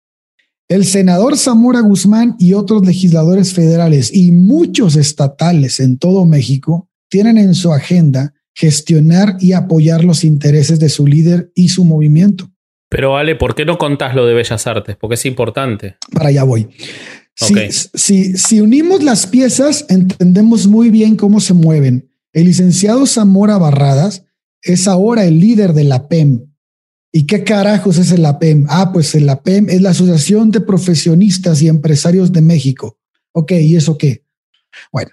El senador Zamora Guzmán y otros legisladores federales y muchos estatales en todo México tienen en su agenda gestionar y apoyar los intereses de su líder y su movimiento. Pero Ale, ¿por qué no contás lo de Bellas Artes? Porque es importante. Para allá voy. Okay. Si, si, si unimos las piezas, entendemos muy bien cómo se mueven. El licenciado Zamora Barradas es ahora el líder de la P E M. ¿Y qué carajos es el A P E M? Ah, pues el A P E M es la Asociación de Profesionistas y Empresarios de México. Ok, ¿y eso qué? Bueno,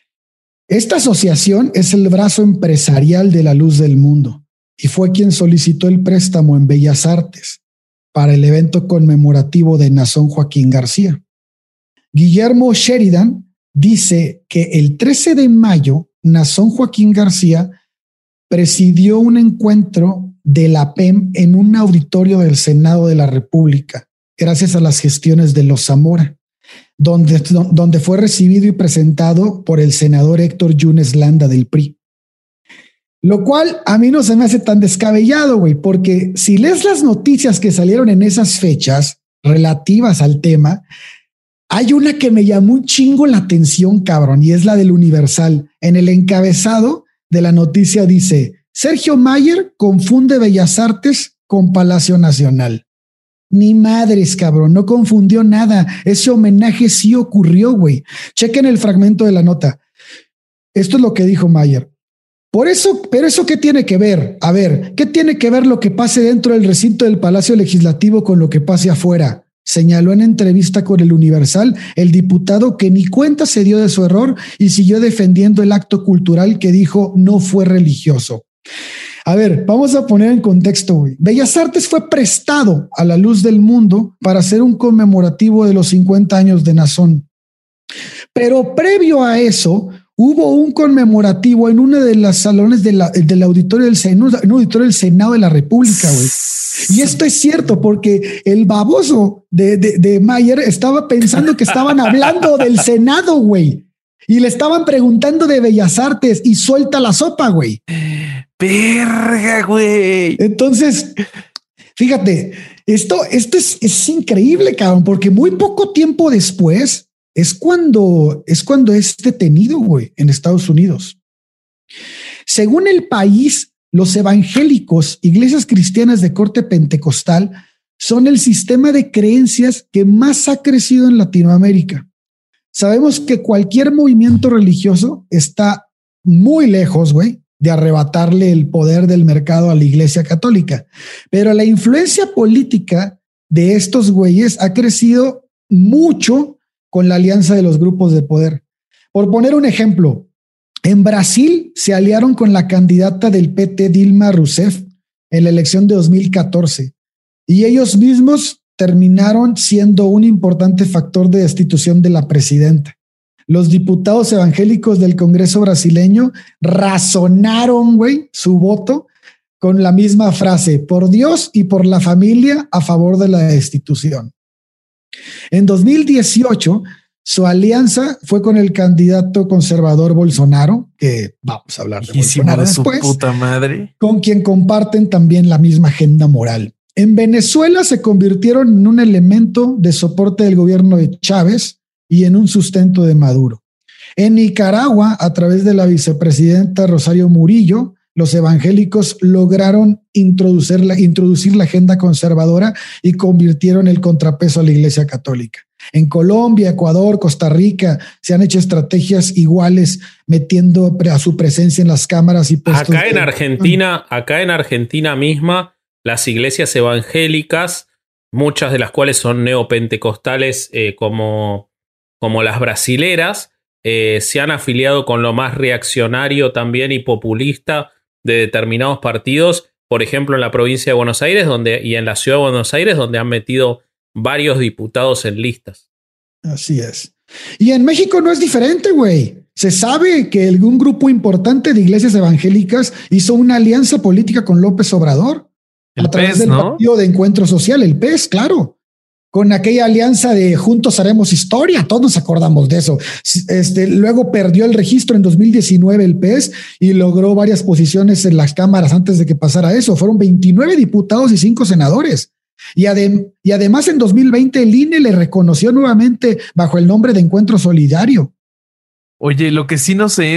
esta asociación es el brazo empresarial de la Luz del Mundo y fue quien solicitó el préstamo en Bellas Artes para el evento conmemorativo de Nazón Joaquín García. Guillermo Sheridan dice que el trece de mayo, Nazón Joaquín García presidió un encuentro de la P E M en un auditorio del Senado de la República, gracias a las gestiones de los Zamora, donde, donde fue recibido y presentado por el senador Héctor Yunes Landa del P R I. Lo cual a mí no se me hace tan descabellado, güey, porque si lees las noticias que salieron en esas fechas relativas al tema, hay una que me llamó un chingo la atención, cabrón, y es la del Universal. En el encabezado de la noticia dice: Sergio Mayer confunde Bellas Artes con Palacio Nacional. Ni madres, cabrón, no confundió nada. Ese homenaje sí ocurrió, güey. Chequen el fragmento de la nota. Esto es lo que dijo Mayer. Por eso, pero eso ¿qué tiene que ver? A ver, ¿qué tiene que ver lo que pase dentro del recinto del Palacio Legislativo con lo que pase afuera? Señaló en entrevista con el Universal el diputado, que ni cuenta se dio de su error y siguió defendiendo el acto cultural que dijo no fue religioso. A ver, vamos a poner en contexto, güey. Bellas Artes fue prestado a la Luz del Mundo para hacer un conmemorativo de los cincuenta años de Nazón. Pero previo a eso, hubo un conmemorativo en uno de los salones de la, del auditorio del, en un auditorio del Senado de la República, güey. Y esto es cierto porque el baboso de, de, de Mayer estaba pensando que estaban hablando del Senado, güey. Y le estaban preguntando de Bellas Artes y suelta la sopa, güey. Verga, güey. Entonces, fíjate, esto, esto es, es increíble, cabrón, porque muy poco tiempo después es cuando es cuando es detenido, güey, en Estados Unidos. Según El País, los evangélicos, iglesias cristianas de corte pentecostal, son el sistema de creencias que más ha crecido en Latinoamérica. Sabemos que cualquier movimiento religioso está muy lejos, güey, de arrebatarle el poder del mercado a la Iglesia Católica. Pero la influencia política de estos güeyes ha crecido mucho con la alianza de los grupos de poder. Por poner un ejemplo, en Brasil se aliaron con la candidata del P T, Dilma Rousseff, en la elección de dos mil catorce, y ellos mismos terminaron siendo un importante factor de destitución de la presidenta. Los diputados evangélicos del Congreso brasileño razonaron, güey, su voto con la misma frase: por Dios y por la familia, a favor de la destitución. En dos mil dieciocho, su alianza fue con el candidato conservador Bolsonaro, que vamos a hablar de Bolsonaro de su después, puta madre, con quien comparten también la misma agenda moral. En Venezuela se convirtieron en un elemento de soporte del gobierno de Chávez y en un sustento de Maduro. En Nicaragua, a través de la vicepresidenta Rosario Murillo, los evangélicos lograron introducir la, introducir la agenda conservadora y convirtieron el contrapeso a la Iglesia Católica. En Colombia, Ecuador, Costa Rica se han hecho estrategias iguales, metiendo a su presencia en las cámaras y puestos. Acá en de... Argentina, acá en Argentina misma, las iglesias evangélicas, muchas de las cuales son neopentecostales, eh, como, como las brasileras, eh, se han afiliado con lo más reaccionario también y populista de determinados partidos, por ejemplo en la provincia de Buenos Aires donde, y en la ciudad de Buenos Aires, donde han metido varios diputados en listas. Así es. Y en México no es diferente, güey. Se sabe que algún grupo importante de iglesias evangélicas hizo una alianza política con López Obrador. El a través P E S, del ¿no? Partido de Encuentro Social, el P E S, claro. Con aquella alianza de Juntos Haremos Historia, todos nos acordamos de eso. Este, luego perdió el registro en dos mil diecinueve el P E S y logró varias posiciones en las cámaras antes de que pasara eso. Fueron veintinueve diputados y cinco senadores. Y, adem y además en dos mil veinte el I N E le reconoció nuevamente bajo el nombre de Encuentro Solidario. Oye, lo que sí no sé es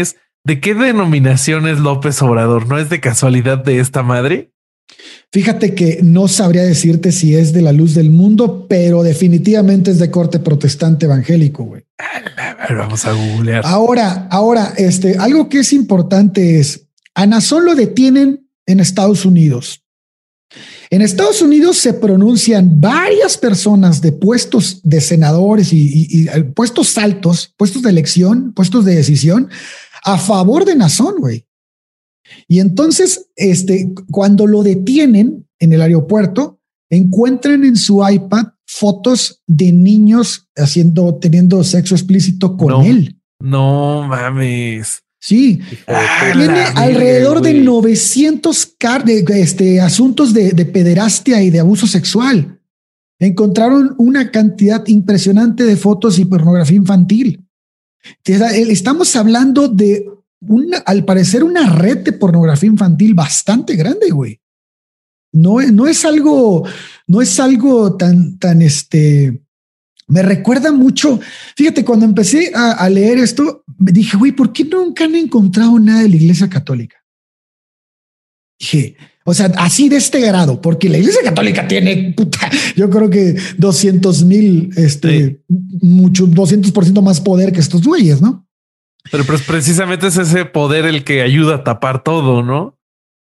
¿De qué denominación es López Obrador? ¿No es de casualidad de esta madre? Fíjate que no sabría decirte si es de la luz del mundo, pero definitivamente es de corte protestante evangélico, güey. A ver, vamos a googlear. Ahora, ahora, este, algo que es importante es, a Nazón lo detienen en Estados Unidos. En Estados Unidos se pronuncian varias personas de puestos de senadores y, y, y puestos altos, puestos de elección, puestos de decisión, a favor de Nazón, güey. Y entonces, este, cuando lo detienen en el aeropuerto, encuentran en su iPad fotos de niños haciendo, teniendo sexo explícito con no, él. No mames. Sí, ah, tiene alrededor verga, de novecientos car de, este, asuntos de, de pederastia y de abuso sexual. Encontraron una cantidad impresionante de fotos y pornografía infantil. Estamos hablando de una, al parecer, una red de pornografía infantil bastante grande, güey. No, no es algo, no es algo tan, tan este. Me recuerda mucho. Fíjate, cuando empecé a, a leer esto, me dije, güey, ¿por qué nunca han encontrado nada de la Iglesia Católica? Dije, o sea, así de este grado, porque la Iglesia Católica tiene, puta, yo creo que doscientos mil, este, sí. mucho, doscientos por ciento más poder que estos güeyes, ¿no? Pero pues precisamente es ese poder el que ayuda a tapar todo, ¿no?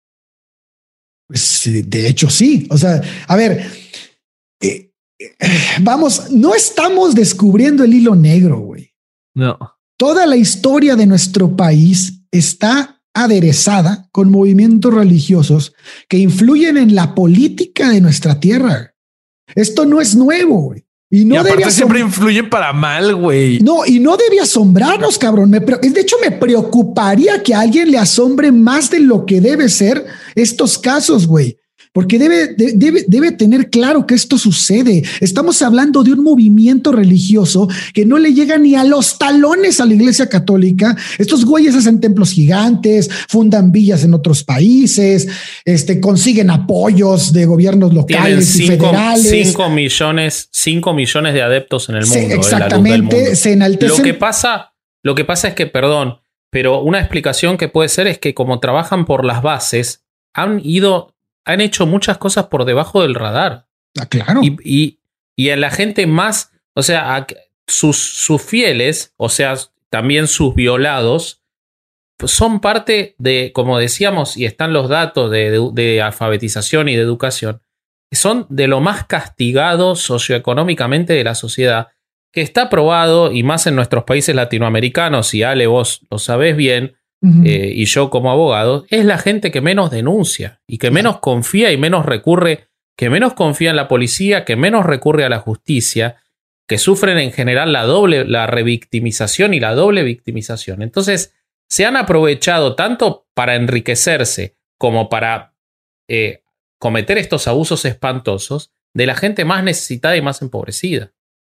Pues, de hecho, sí. O sea, a ver, eh, eh, vamos, no estamos descubriendo el hilo negro, güey. No. Toda la historia de nuestro país está aderezada con movimientos religiosos que influyen en la política de nuestra tierra. Esto no es nuevo, güey. Y, no y aparte siempre influyen para mal, güey. No, y no debe asombrarnos, cabrón. Me, de hecho, me preocuparía que a alguien le asombre más de lo que debe ser estos casos, güey. Porque debe, de, debe, debe tener claro que esto sucede. Estamos hablando de un movimiento religioso que no le llega ni a los talones a la Iglesia Católica. Estos güeyes hacen templos gigantes, fundan villas en otros países, este, consiguen apoyos de gobiernos locales cinco, y federales. Cinco millones, cinco millones de adeptos en el mundo. Se, exactamente, mundo. se enaltecen. Lo que pasa, lo que pasa es que, perdón, pero una explicación que puede ser es que como trabajan por las bases, han ido... han hecho muchas cosas por debajo del radar. Ah, claro. Y, y, y a la gente más, o sea, a sus, sus fieles, o sea, también sus violados, son parte de, como decíamos, y están los datos de, de, de alfabetización y de educación, son de lo más castigado socioeconómicamente de la sociedad, que está probado, y más en nuestros países latinoamericanos, y Ale, vos lo sabés bien, Uh-huh. Eh, y yo como abogado, es la gente que menos denuncia y que menos confía y menos recurre, que menos confía en la policía, que menos recurre a la justicia, que sufren en general la doble, la revictimización y la doble victimización. Entonces, se han aprovechado tanto para enriquecerse como para eh, cometer estos abusos espantosos de la gente más necesitada y más empobrecida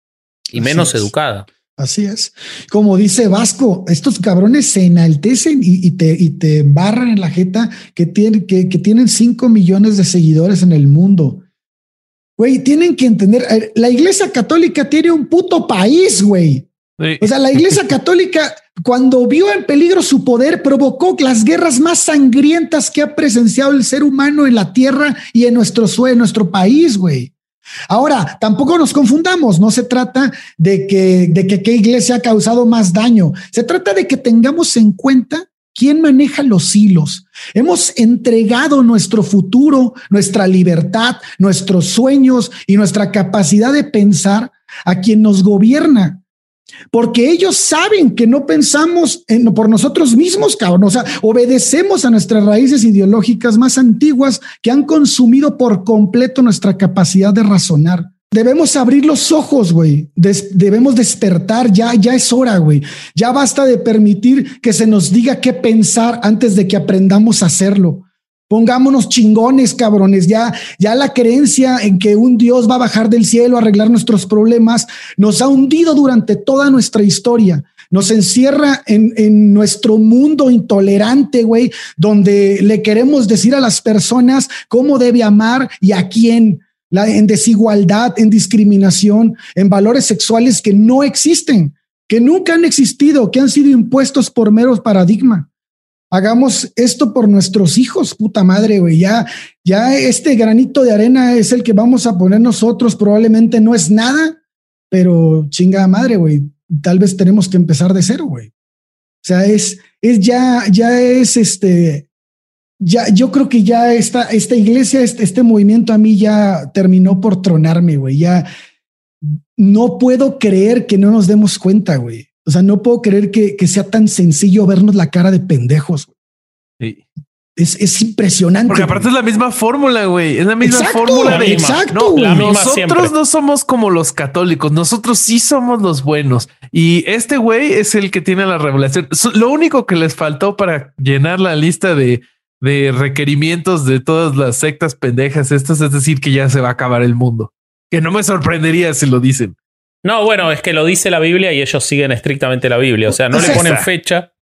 y Así menos es. educada. Así es. Como dice Vasco, estos cabrones se enaltecen y, y, te, y te embarran en la jeta que, tiene, que, que tienen cinco millones de seguidores en el mundo. Güey, tienen que entender, la Iglesia Católica tiene un puto país, güey. Sí. O sea, la Iglesia Católica, cuando vio en peligro su poder, provocó las guerras más sangrientas que ha presenciado el ser humano en la tierra y en nuestro, en nuestro país, güey. Ahora, tampoco nos confundamos, no se trata de que, de que qué iglesia ha causado más daño, se trata de que tengamos en cuenta quién maneja los hilos. Hemos entregado nuestro futuro, nuestra libertad, nuestros sueños y nuestra capacidad de pensar a quien nos gobierna. Porque ellos saben que no pensamos en, por nosotros mismos, cabrón. O sea, obedecemos a nuestras raíces ideológicas más antiguas que han consumido por completo nuestra capacidad de razonar. Debemos abrir los ojos, güey. Des- debemos despertar. Ya, ya es hora, güey. Ya basta de permitir que se nos diga qué pensar antes de que aprendamos a hacerlo. Pongámonos chingones, cabrones. Ya, ya la creencia en que un Dios va a bajar del cielo a arreglar nuestros problemas nos ha hundido durante toda nuestra historia. Nos encierra en, en nuestro mundo intolerante, güey, donde le queremos decir a las personas cómo debe amar y a quién. La, en desigualdad, en discriminación, en valores sexuales que no existen, que nunca han existido, que han sido impuestos por meros paradigmas. hagamos esto por nuestros hijos, puta madre, güey. Ya, ya este granito de arena es el que vamos a poner nosotros. Probablemente no es nada, pero chingada madre, güey. Tal vez tenemos que empezar de cero, güey. O sea, es, es ya, ya es este, ya, yo creo que ya esta, esta iglesia, este, este movimiento a mí ya terminó por tronarme, güey. Ya no puedo creer que no nos demos cuenta, güey. O sea, no puedo creer que, que sea tan sencillo vernos la cara de pendejos. Sí. Es, es impresionante. Porque aparte güey. es la misma fórmula, güey. Es la misma Exacto, fórmula de exacto, no, güey. La misma nosotros siempre. no somos como los católicos. Nosotros sí somos los buenos. Y este güey es el que tiene la revelación. Lo único que les faltó para llenar la lista de, de requerimientos de todas las sectas pendejas estas es decir que ya se va a acabar el mundo. Que no me sorprendería si lo dicen. No, bueno, es que lo dice la Biblia y ellos siguen estrictamente la Biblia. O sea, no O sea, le ponen está. fecha.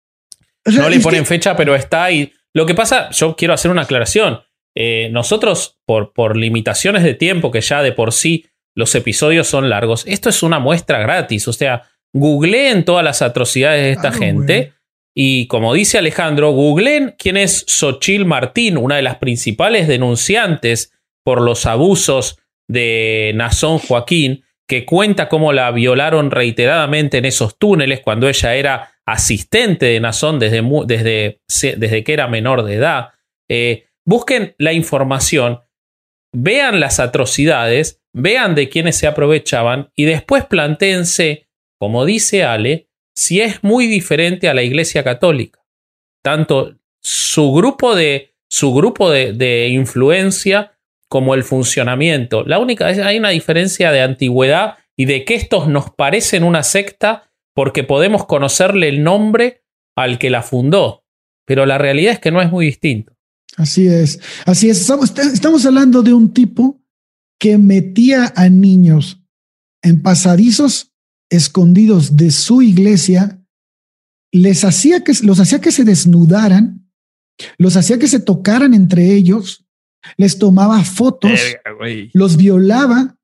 O sea, No le es ponen que- fecha, pero está ahí. Lo que pasa, yo quiero hacer una aclaración. Eh, nosotros, por, por limitaciones de tiempo, que ya de por sí los episodios son largos, esto es una muestra gratis. O sea, googleen todas las atrocidades de esta Claro, gente. güey. Y como dice Alejandro, googleen quién es Xochitl Martín, una de las principales denunciantes por los abusos de Nazón Joaquín, que cuenta cómo la violaron reiteradamente en esos túneles cuando ella era asistente de Nazón desde, mu- desde, desde que era menor de edad. Eh, busquen la información, vean las atrocidades, vean de quiénes se aprovechaban y después plantéense, como dice Ale, si es muy diferente a la Iglesia Católica. Tanto su grupo de, su grupo de, de influencia como el funcionamiento. La única es hay una diferencia de antigüedad y de que estos nos parecen una secta porque podemos conocerle el nombre al que la fundó. Pero la realidad es que no es muy distinto. Así es, así es. Estamos, estamos hablando de un tipo que metía a niños en pasadizos escondidos de su iglesia, les hacía que los hacía que se desnudaran, los hacía que se tocaran entre ellos, les tomaba fotos, Verga, güey. los violaba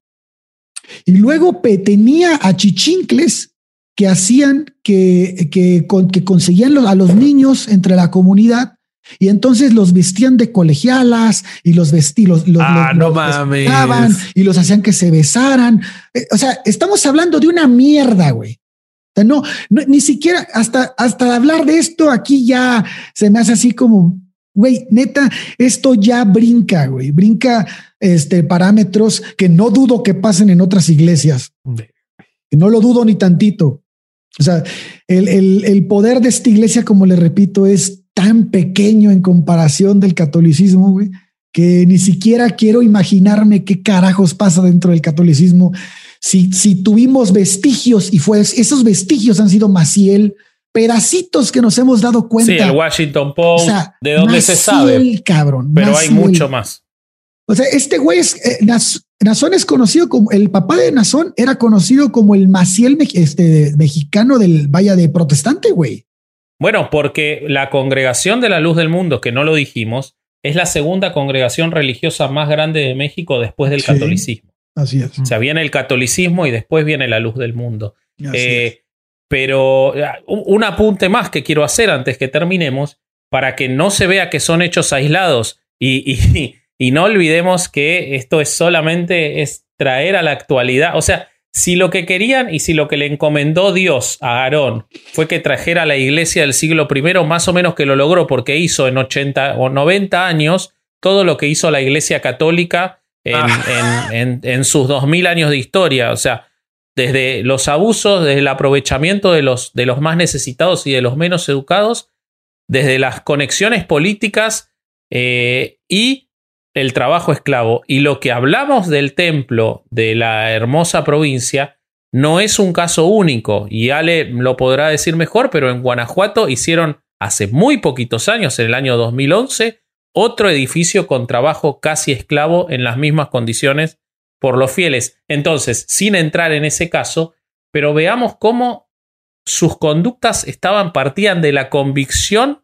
y luego pe- tenía a chichincles que hacían que, que, con- que conseguían los- a los niños entre la comunidad y entonces los vestían de colegialas y los vestían, los, los, Ah, los- no los mames. desnudaban y los hacían que se besaran. Eh, O sea, estamos hablando de una mierda, güey. O sea, no, no, ni siquiera hasta, hasta hablar de esto aquí ya se me hace así como, güey, neta, esto ya brinca, güey, brinca este, parámetros que no dudo que pasen en otras iglesias. Que no lo dudo ni tantito. O sea, el, el, el poder de esta iglesia, como le repito, es tan pequeño en comparación del catolicismo, güey, que ni siquiera quiero imaginarme qué carajos pasa dentro del catolicismo. Si, si tuvimos vestigios y fue, esos vestigios han sido Maciel, pedacitos que nos hemos dado cuenta. Sí, el Washington Post, O sea, de donde se sabe. Maciel, cabrón, Pero Maciel. hay mucho más. O sea, este güey es eh, Naz- Nazón es conocido como el papá de Nazón, era conocido como el Maciel me- este, mexicano del vaya de protestante, güey. Bueno, porque la Congregación de la Luz del Mundo, que no lo dijimos, es la segunda congregación religiosa más grande de México después del Sí. catolicismo. Así es. O sea, viene el catolicismo y después viene la Luz del Mundo. Así Eh, es. pero ah, un un apunte más que quiero hacer antes que terminemos, para que no se vea que son hechos aislados y, y, y no olvidemos que esto es solamente es traer a la actualidad. O sea, si lo que querían y si lo que le encomendó Dios a Aarón fue que trajera a la iglesia del siglo primero, más o menos que lo logró porque hizo en ochenta o noventa años todo lo que hizo la iglesia católica en, Ah. en, en, en sus dos mil años de historia. O sea, desde los abusos, desde el aprovechamiento de los, de los más necesitados y de los menos educados, desde las conexiones políticas eh, y el trabajo esclavo. Y lo que hablamos del templo de la hermosa provincia no es un caso único, y Ale lo podrá decir mejor, pero en Guanajuato hicieron hace muy poquitos años, en el año dos mil once, otro edificio con trabajo casi esclavo en las mismas condiciones por los fieles. Entonces, sin entrar en ese caso, pero veamos cómo sus conductas estaban, partían de la convicción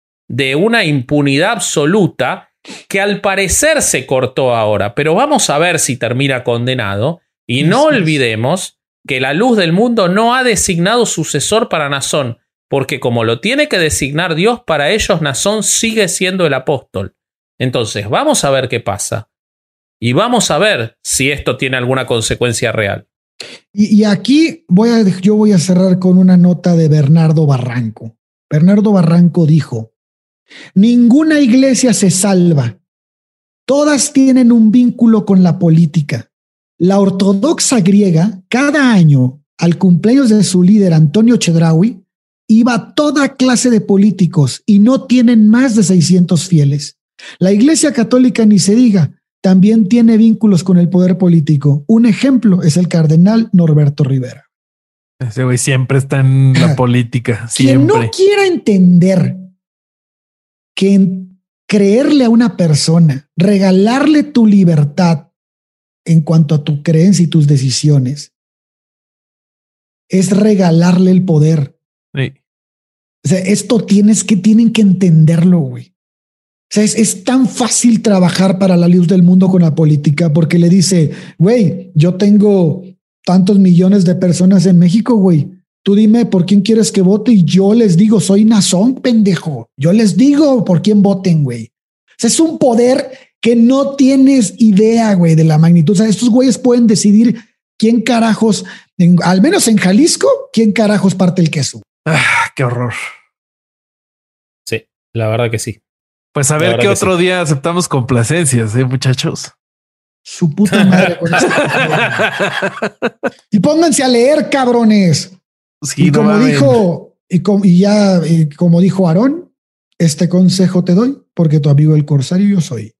de una impunidad absoluta que al parecer se cortó ahora, pero vamos a ver si termina condenado. Y no olvidemos que la Luz del Mundo no ha designado sucesor para Nazón. porque como lo tiene que designar Dios, para ellos Naasón sigue siendo el apóstol. Entonces, vamos a ver qué pasa. Y vamos a ver si esto tiene alguna consecuencia real. Y, y aquí voy a, yo voy a cerrar con una nota de Bernardo Barranco. Bernardo Barranco dijo: ninguna iglesia se salva. Todas tienen un vínculo con la política. La ortodoxa griega, cada año, al cumpleaños de su líder Antonio Chedraui, iba toda clase de políticos y no tienen más de seiscientos fieles. La iglesia católica, ni se diga, también tiene vínculos con el poder político. Un ejemplo es el cardenal Norberto Rivera. Ese güey siempre está en la política. Siempre. Quien no quiera entender que en creerle a una persona, regalarle tu libertad en cuanto a tu creencia y tus decisiones, es regalarle el poder. Sí. O sea, esto tienes que, tienen que entenderlo, güey. O sea, es, es tan fácil trabajar para la luz del mundo con la política porque le dice, güey, yo tengo tantos millones de personas en México, güey. Tú dime por quién quieres que vote y yo les digo, soy Naasón, pendejo. Yo les digo por quién voten, güey. O sea, es un poder que no tienes idea, güey, de la magnitud. O sea, estos güeyes pueden decidir quién carajos, en, al menos en Jalisco, quién carajos parte el queso. Ah, qué horror. Sí, la verdad que sí. Pues a ver qué otro sí. día aceptamos complacencias, ¿eh, muchachos? Su puta madre con esto. Y pónganse a leer, cabrones. Sí, y como no dijo, y, com, y ya y como dijo Aarón, este consejo te doy porque tu amigo el corsario yo soy.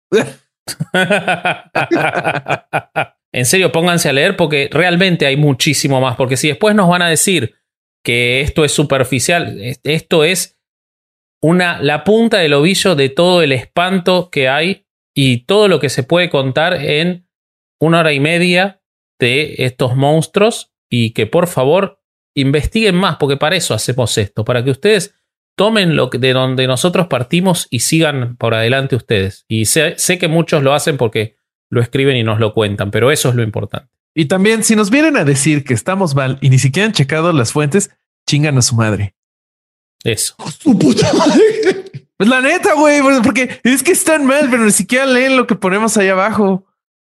En serio, pónganse a leer porque realmente hay muchísimo más. Porque si después nos van a decir que esto es superficial, esto es una, la punta del ovillo de todo el espanto que hay y todo lo que se puede contar en una hora y media de estos monstruos, y que por favor investiguen más, porque para eso hacemos esto, para que ustedes tomen lo que, de donde nosotros partimos y sigan por adelante ustedes. Y sé, sé que muchos lo hacen porque lo escriben y nos lo cuentan, pero eso es lo importante. Y también, si nos vienen a decir que estamos mal y ni siquiera han checado las fuentes, chingan a su madre. Eso. ¡Oh, su puta madre! Pues la neta, güey, porque es que están mal, pero ni siquiera leen lo que ponemos ahí abajo.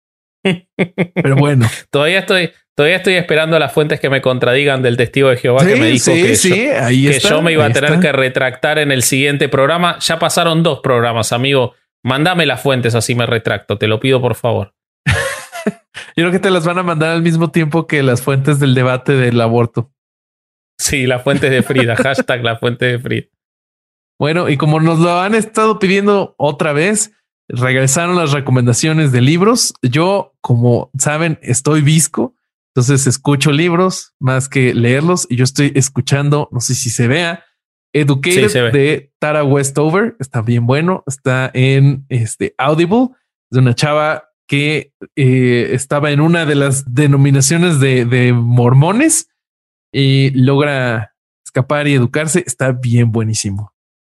Pero bueno. Todavía estoy... Todavía estoy esperando a las fuentes que me contradigan del testigo de Jehová, sí, que me dijo sí, que, sí, yo, ahí que está, yo me iba a tener está. que retractar en el siguiente programa. Ya pasaron dos programas, amigo. Mándame las fuentes, así me retracto. Te lo pido, por favor. Yo creo que te las van a mandar al mismo tiempo que las fuentes del debate del aborto. Sí, las fuentes de Frida. Hashtag la fuente de Frida. Bueno, y como nos lo han estado pidiendo otra vez, regresaron las recomendaciones de libros. Yo, como saben, estoy visco. Entonces escucho libros más que leerlos y yo estoy escuchando, no sé si se vea, Educated sí, ve. de Tara Westover. Está bien bueno. Está en este Audible de una chava que eh, estaba en una de las denominaciones de, de mormones y logra escapar y educarse. Está bien buenísimo.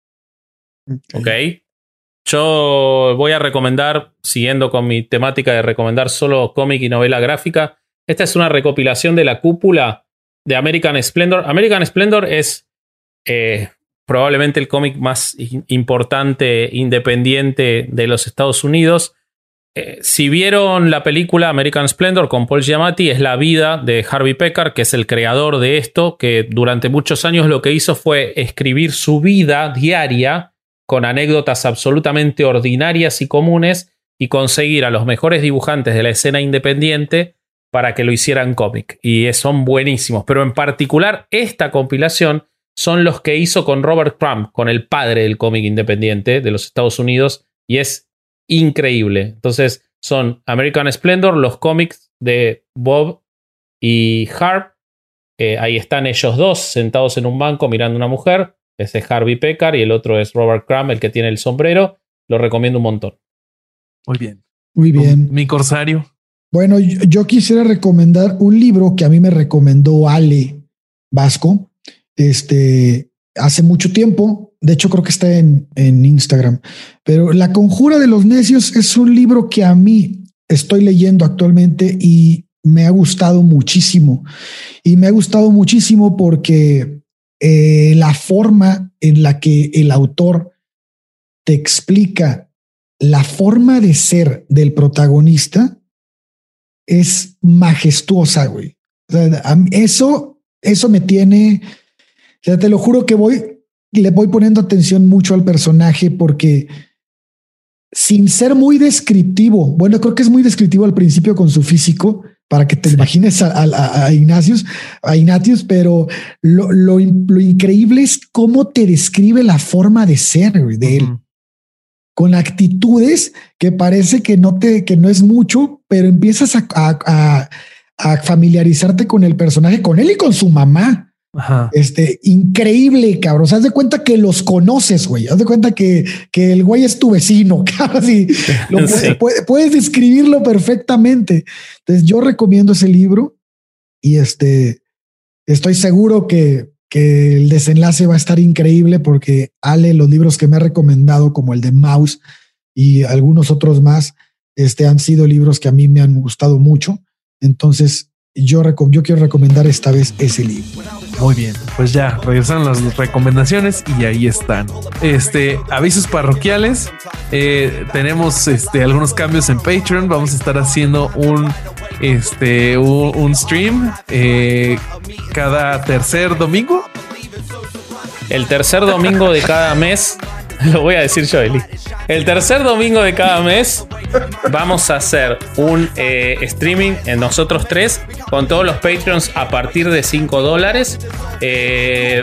Ok. Yo voy a recomendar, siguiendo con mi temática de recomendar solo cómic y novela gráfica. Esta es una recopilación de la cúpula de American Splendor. American Splendor es eh, probablemente el cómic más importante independiente de los Estados Unidos. Eh, si vieron la película American Splendor con Paul Giamatti, es la vida de Harvey Pekar, que es el creador de esto, que durante muchos años lo que hizo fue escribir su vida diaria con anécdotas absolutamente ordinarias y comunes y conseguir a los mejores dibujantes de la escena independiente para que lo hicieran cómic. Y son buenísimos. Pero en particular esta compilación son los que hizo con Robert Crumb, con el padre del cómic independiente de los Estados Unidos. Y es increíble. Entonces son American Splendor, los cómics de Bob y Harp. Eh, ahí están ellos dos sentados en un banco mirando a una mujer. Ese es Harvey Pekar y el otro es Robert Crumb, el que tiene el sombrero. Lo recomiendo un montón. Muy bien. Muy bien. Mi corsario. Bueno, yo, yo quisiera recomendar un libro que a mí me recomendó Ale Vasco este, hace mucho tiempo. De hecho, creo que está en, en Instagram. Pero La Conjura de los Necios es un libro que a mí estoy leyendo actualmente y me ha gustado muchísimo. Y me ha gustado muchísimo porque eh, la forma en la que el autor te explica la forma de ser del protagonista es majestuosa, güey. O sea, eso, eso me tiene, o sea, te lo juro que voy, le voy poniendo atención mucho al personaje porque sin ser muy descriptivo, bueno, creo que es muy descriptivo al principio con su físico para que te imagines a, a, a Ignatius, a Ignatius, pero lo, lo, lo increíble es cómo te describe la forma de ser, güey, de él. Uh-huh. Con actitudes que parece que no te, que no es mucho, pero empiezas a, a, a, a familiarizarte con el personaje, con él y con su mamá. Ajá. Este increíble, cabrón. Haz de cuenta que los conoces, güey. Haz de cuenta que, que el güey es tu vecino. Casi lo sí. puedes, puedes, puedes describirlo perfectamente. Entonces, yo recomiendo ese libro y este estoy seguro que que el desenlace va a estar increíble porque Ale, los libros que me ha recomendado, como el de Maus y algunos otros más, este, han sido libros que a mí me han gustado mucho. Entonces, yo, yo quiero recomendar esta vez ese libro. Muy bien, pues ya regresaron las recomendaciones y ahí están. Este, avisos parroquiales. Eh, tenemos este, algunos cambios en Patreon. Vamos a estar haciendo un, este, un, un stream eh, cada tercer domingo. El tercer domingo de cada mes. Lo voy a decir yo, Eli. El tercer domingo de cada mes vamos a hacer un eh, streaming en nosotros tres con todos los Patreons a partir de cinco dólares. Eh,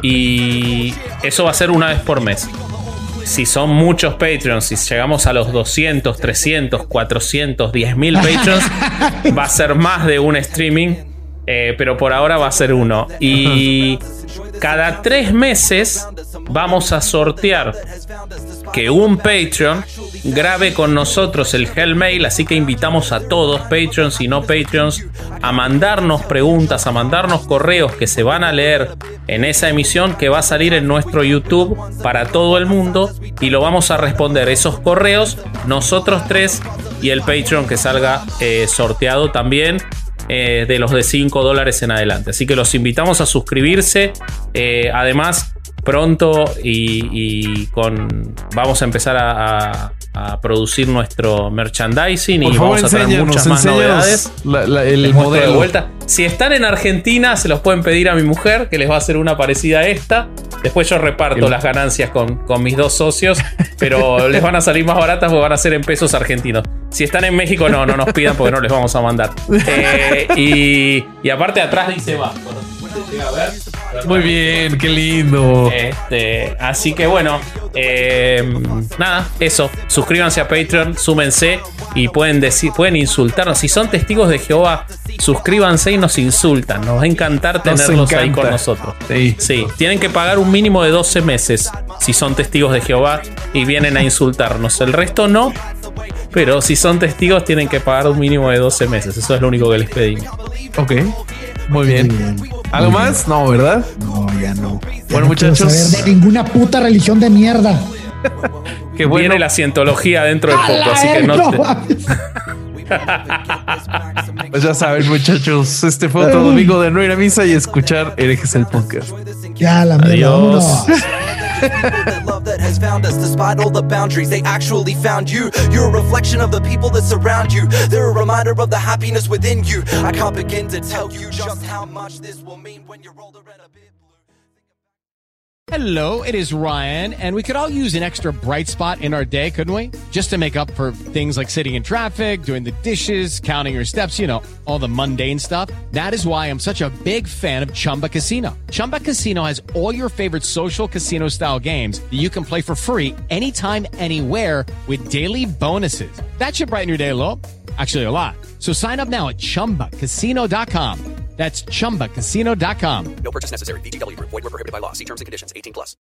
y eso va a ser una vez por mes. Si son muchos Patreons, si llegamos a los doscientos, trescientos, cuatrocientos, diez mil Patreons, va a ser más de un streaming. Eh, pero por ahora va a ser uno. Y cada tres meses vamos a sortear que un Patreon grabe con nosotros el Hell Mail. Así que invitamos a todos, Patreons y no Patreons, a mandarnos preguntas, a mandarnos correos que se van a leer en esa emisión que va a salir en nuestro YouTube para todo el mundo. Y lo vamos a responder esos correos nosotros tres y el Patreon que salga eh, sorteado también. Eh, de los de cinco dólares en adelante. Así que los invitamos a suscribirse. Eh, además, pronto y, y con vamos a empezar a, a, a producir nuestro merchandising. Por y favor, vamos a traer muchas más novedades. La, la, el modelo de vuelta. Si están en Argentina, se los pueden pedir a mi mujer, que les va a hacer una parecida a esta. Después yo reparto el... las ganancias con, con mis dos socios, pero les van a salir más baratas porque van a ser en pesos argentinos. Si están en México, no, no nos pidan porque no les vamos a mandar. Eh, y, y aparte atrás dice va. Llega a ver. Muy bien, qué lindo. Este, así que bueno, eh, nada, eso. Suscríbanse a Patreon, súmense y pueden decir, pueden insultarnos. Si son testigos de Jehová, suscríbanse y nos insultan. Nos va a encantar tenerlos ahí con nosotros. Sí. sí, tienen que pagar un mínimo de doce meses si son testigos de Jehová y vienen a insultarnos. El resto no. Pero si son testigos tienen que pagar un mínimo de doce meses. Eso es lo único que les pedimos. Ok, muy bien. Muy bien. ¿Algo muy más? Bien. No, ¿verdad? No, ya no. Ya bueno, no muchachos. Quiero saber de ninguna puta religión de mierda. Que bueno. Viene la cientología dentro de poco, así que no te... Pues ya saben, muchachos. Este fue otro domingo de no ir a misa y escuchar Herejes el podcast. Ya, la mierda. Adiós. That love that has found us despite all the boundaries, they actually found you. You're a reflection of the people that surround you. They're a reminder of the happiness within you. I can't begin to tell you just how much this will mean when you're older and a bit blue. Hello, it is Ryan, and we could all use an extra bright spot in our day, couldn't we? Just to make up for things like sitting in traffic, doing the dishes, counting your steps, you know, all the mundane stuff. That is why I'm such a big fan of Chumba Casino. Chumba Casino has all your favorite social casino-style games that you can play for free anytime, anywhere with daily bonuses. That should brighten your day a little. Actually, a lot. So sign up now at chumba casino dot com. That's chumba casino dot com. No purchase necessary. V G W Group. Void where prohibited by law. See terms and conditions. eighteen plus.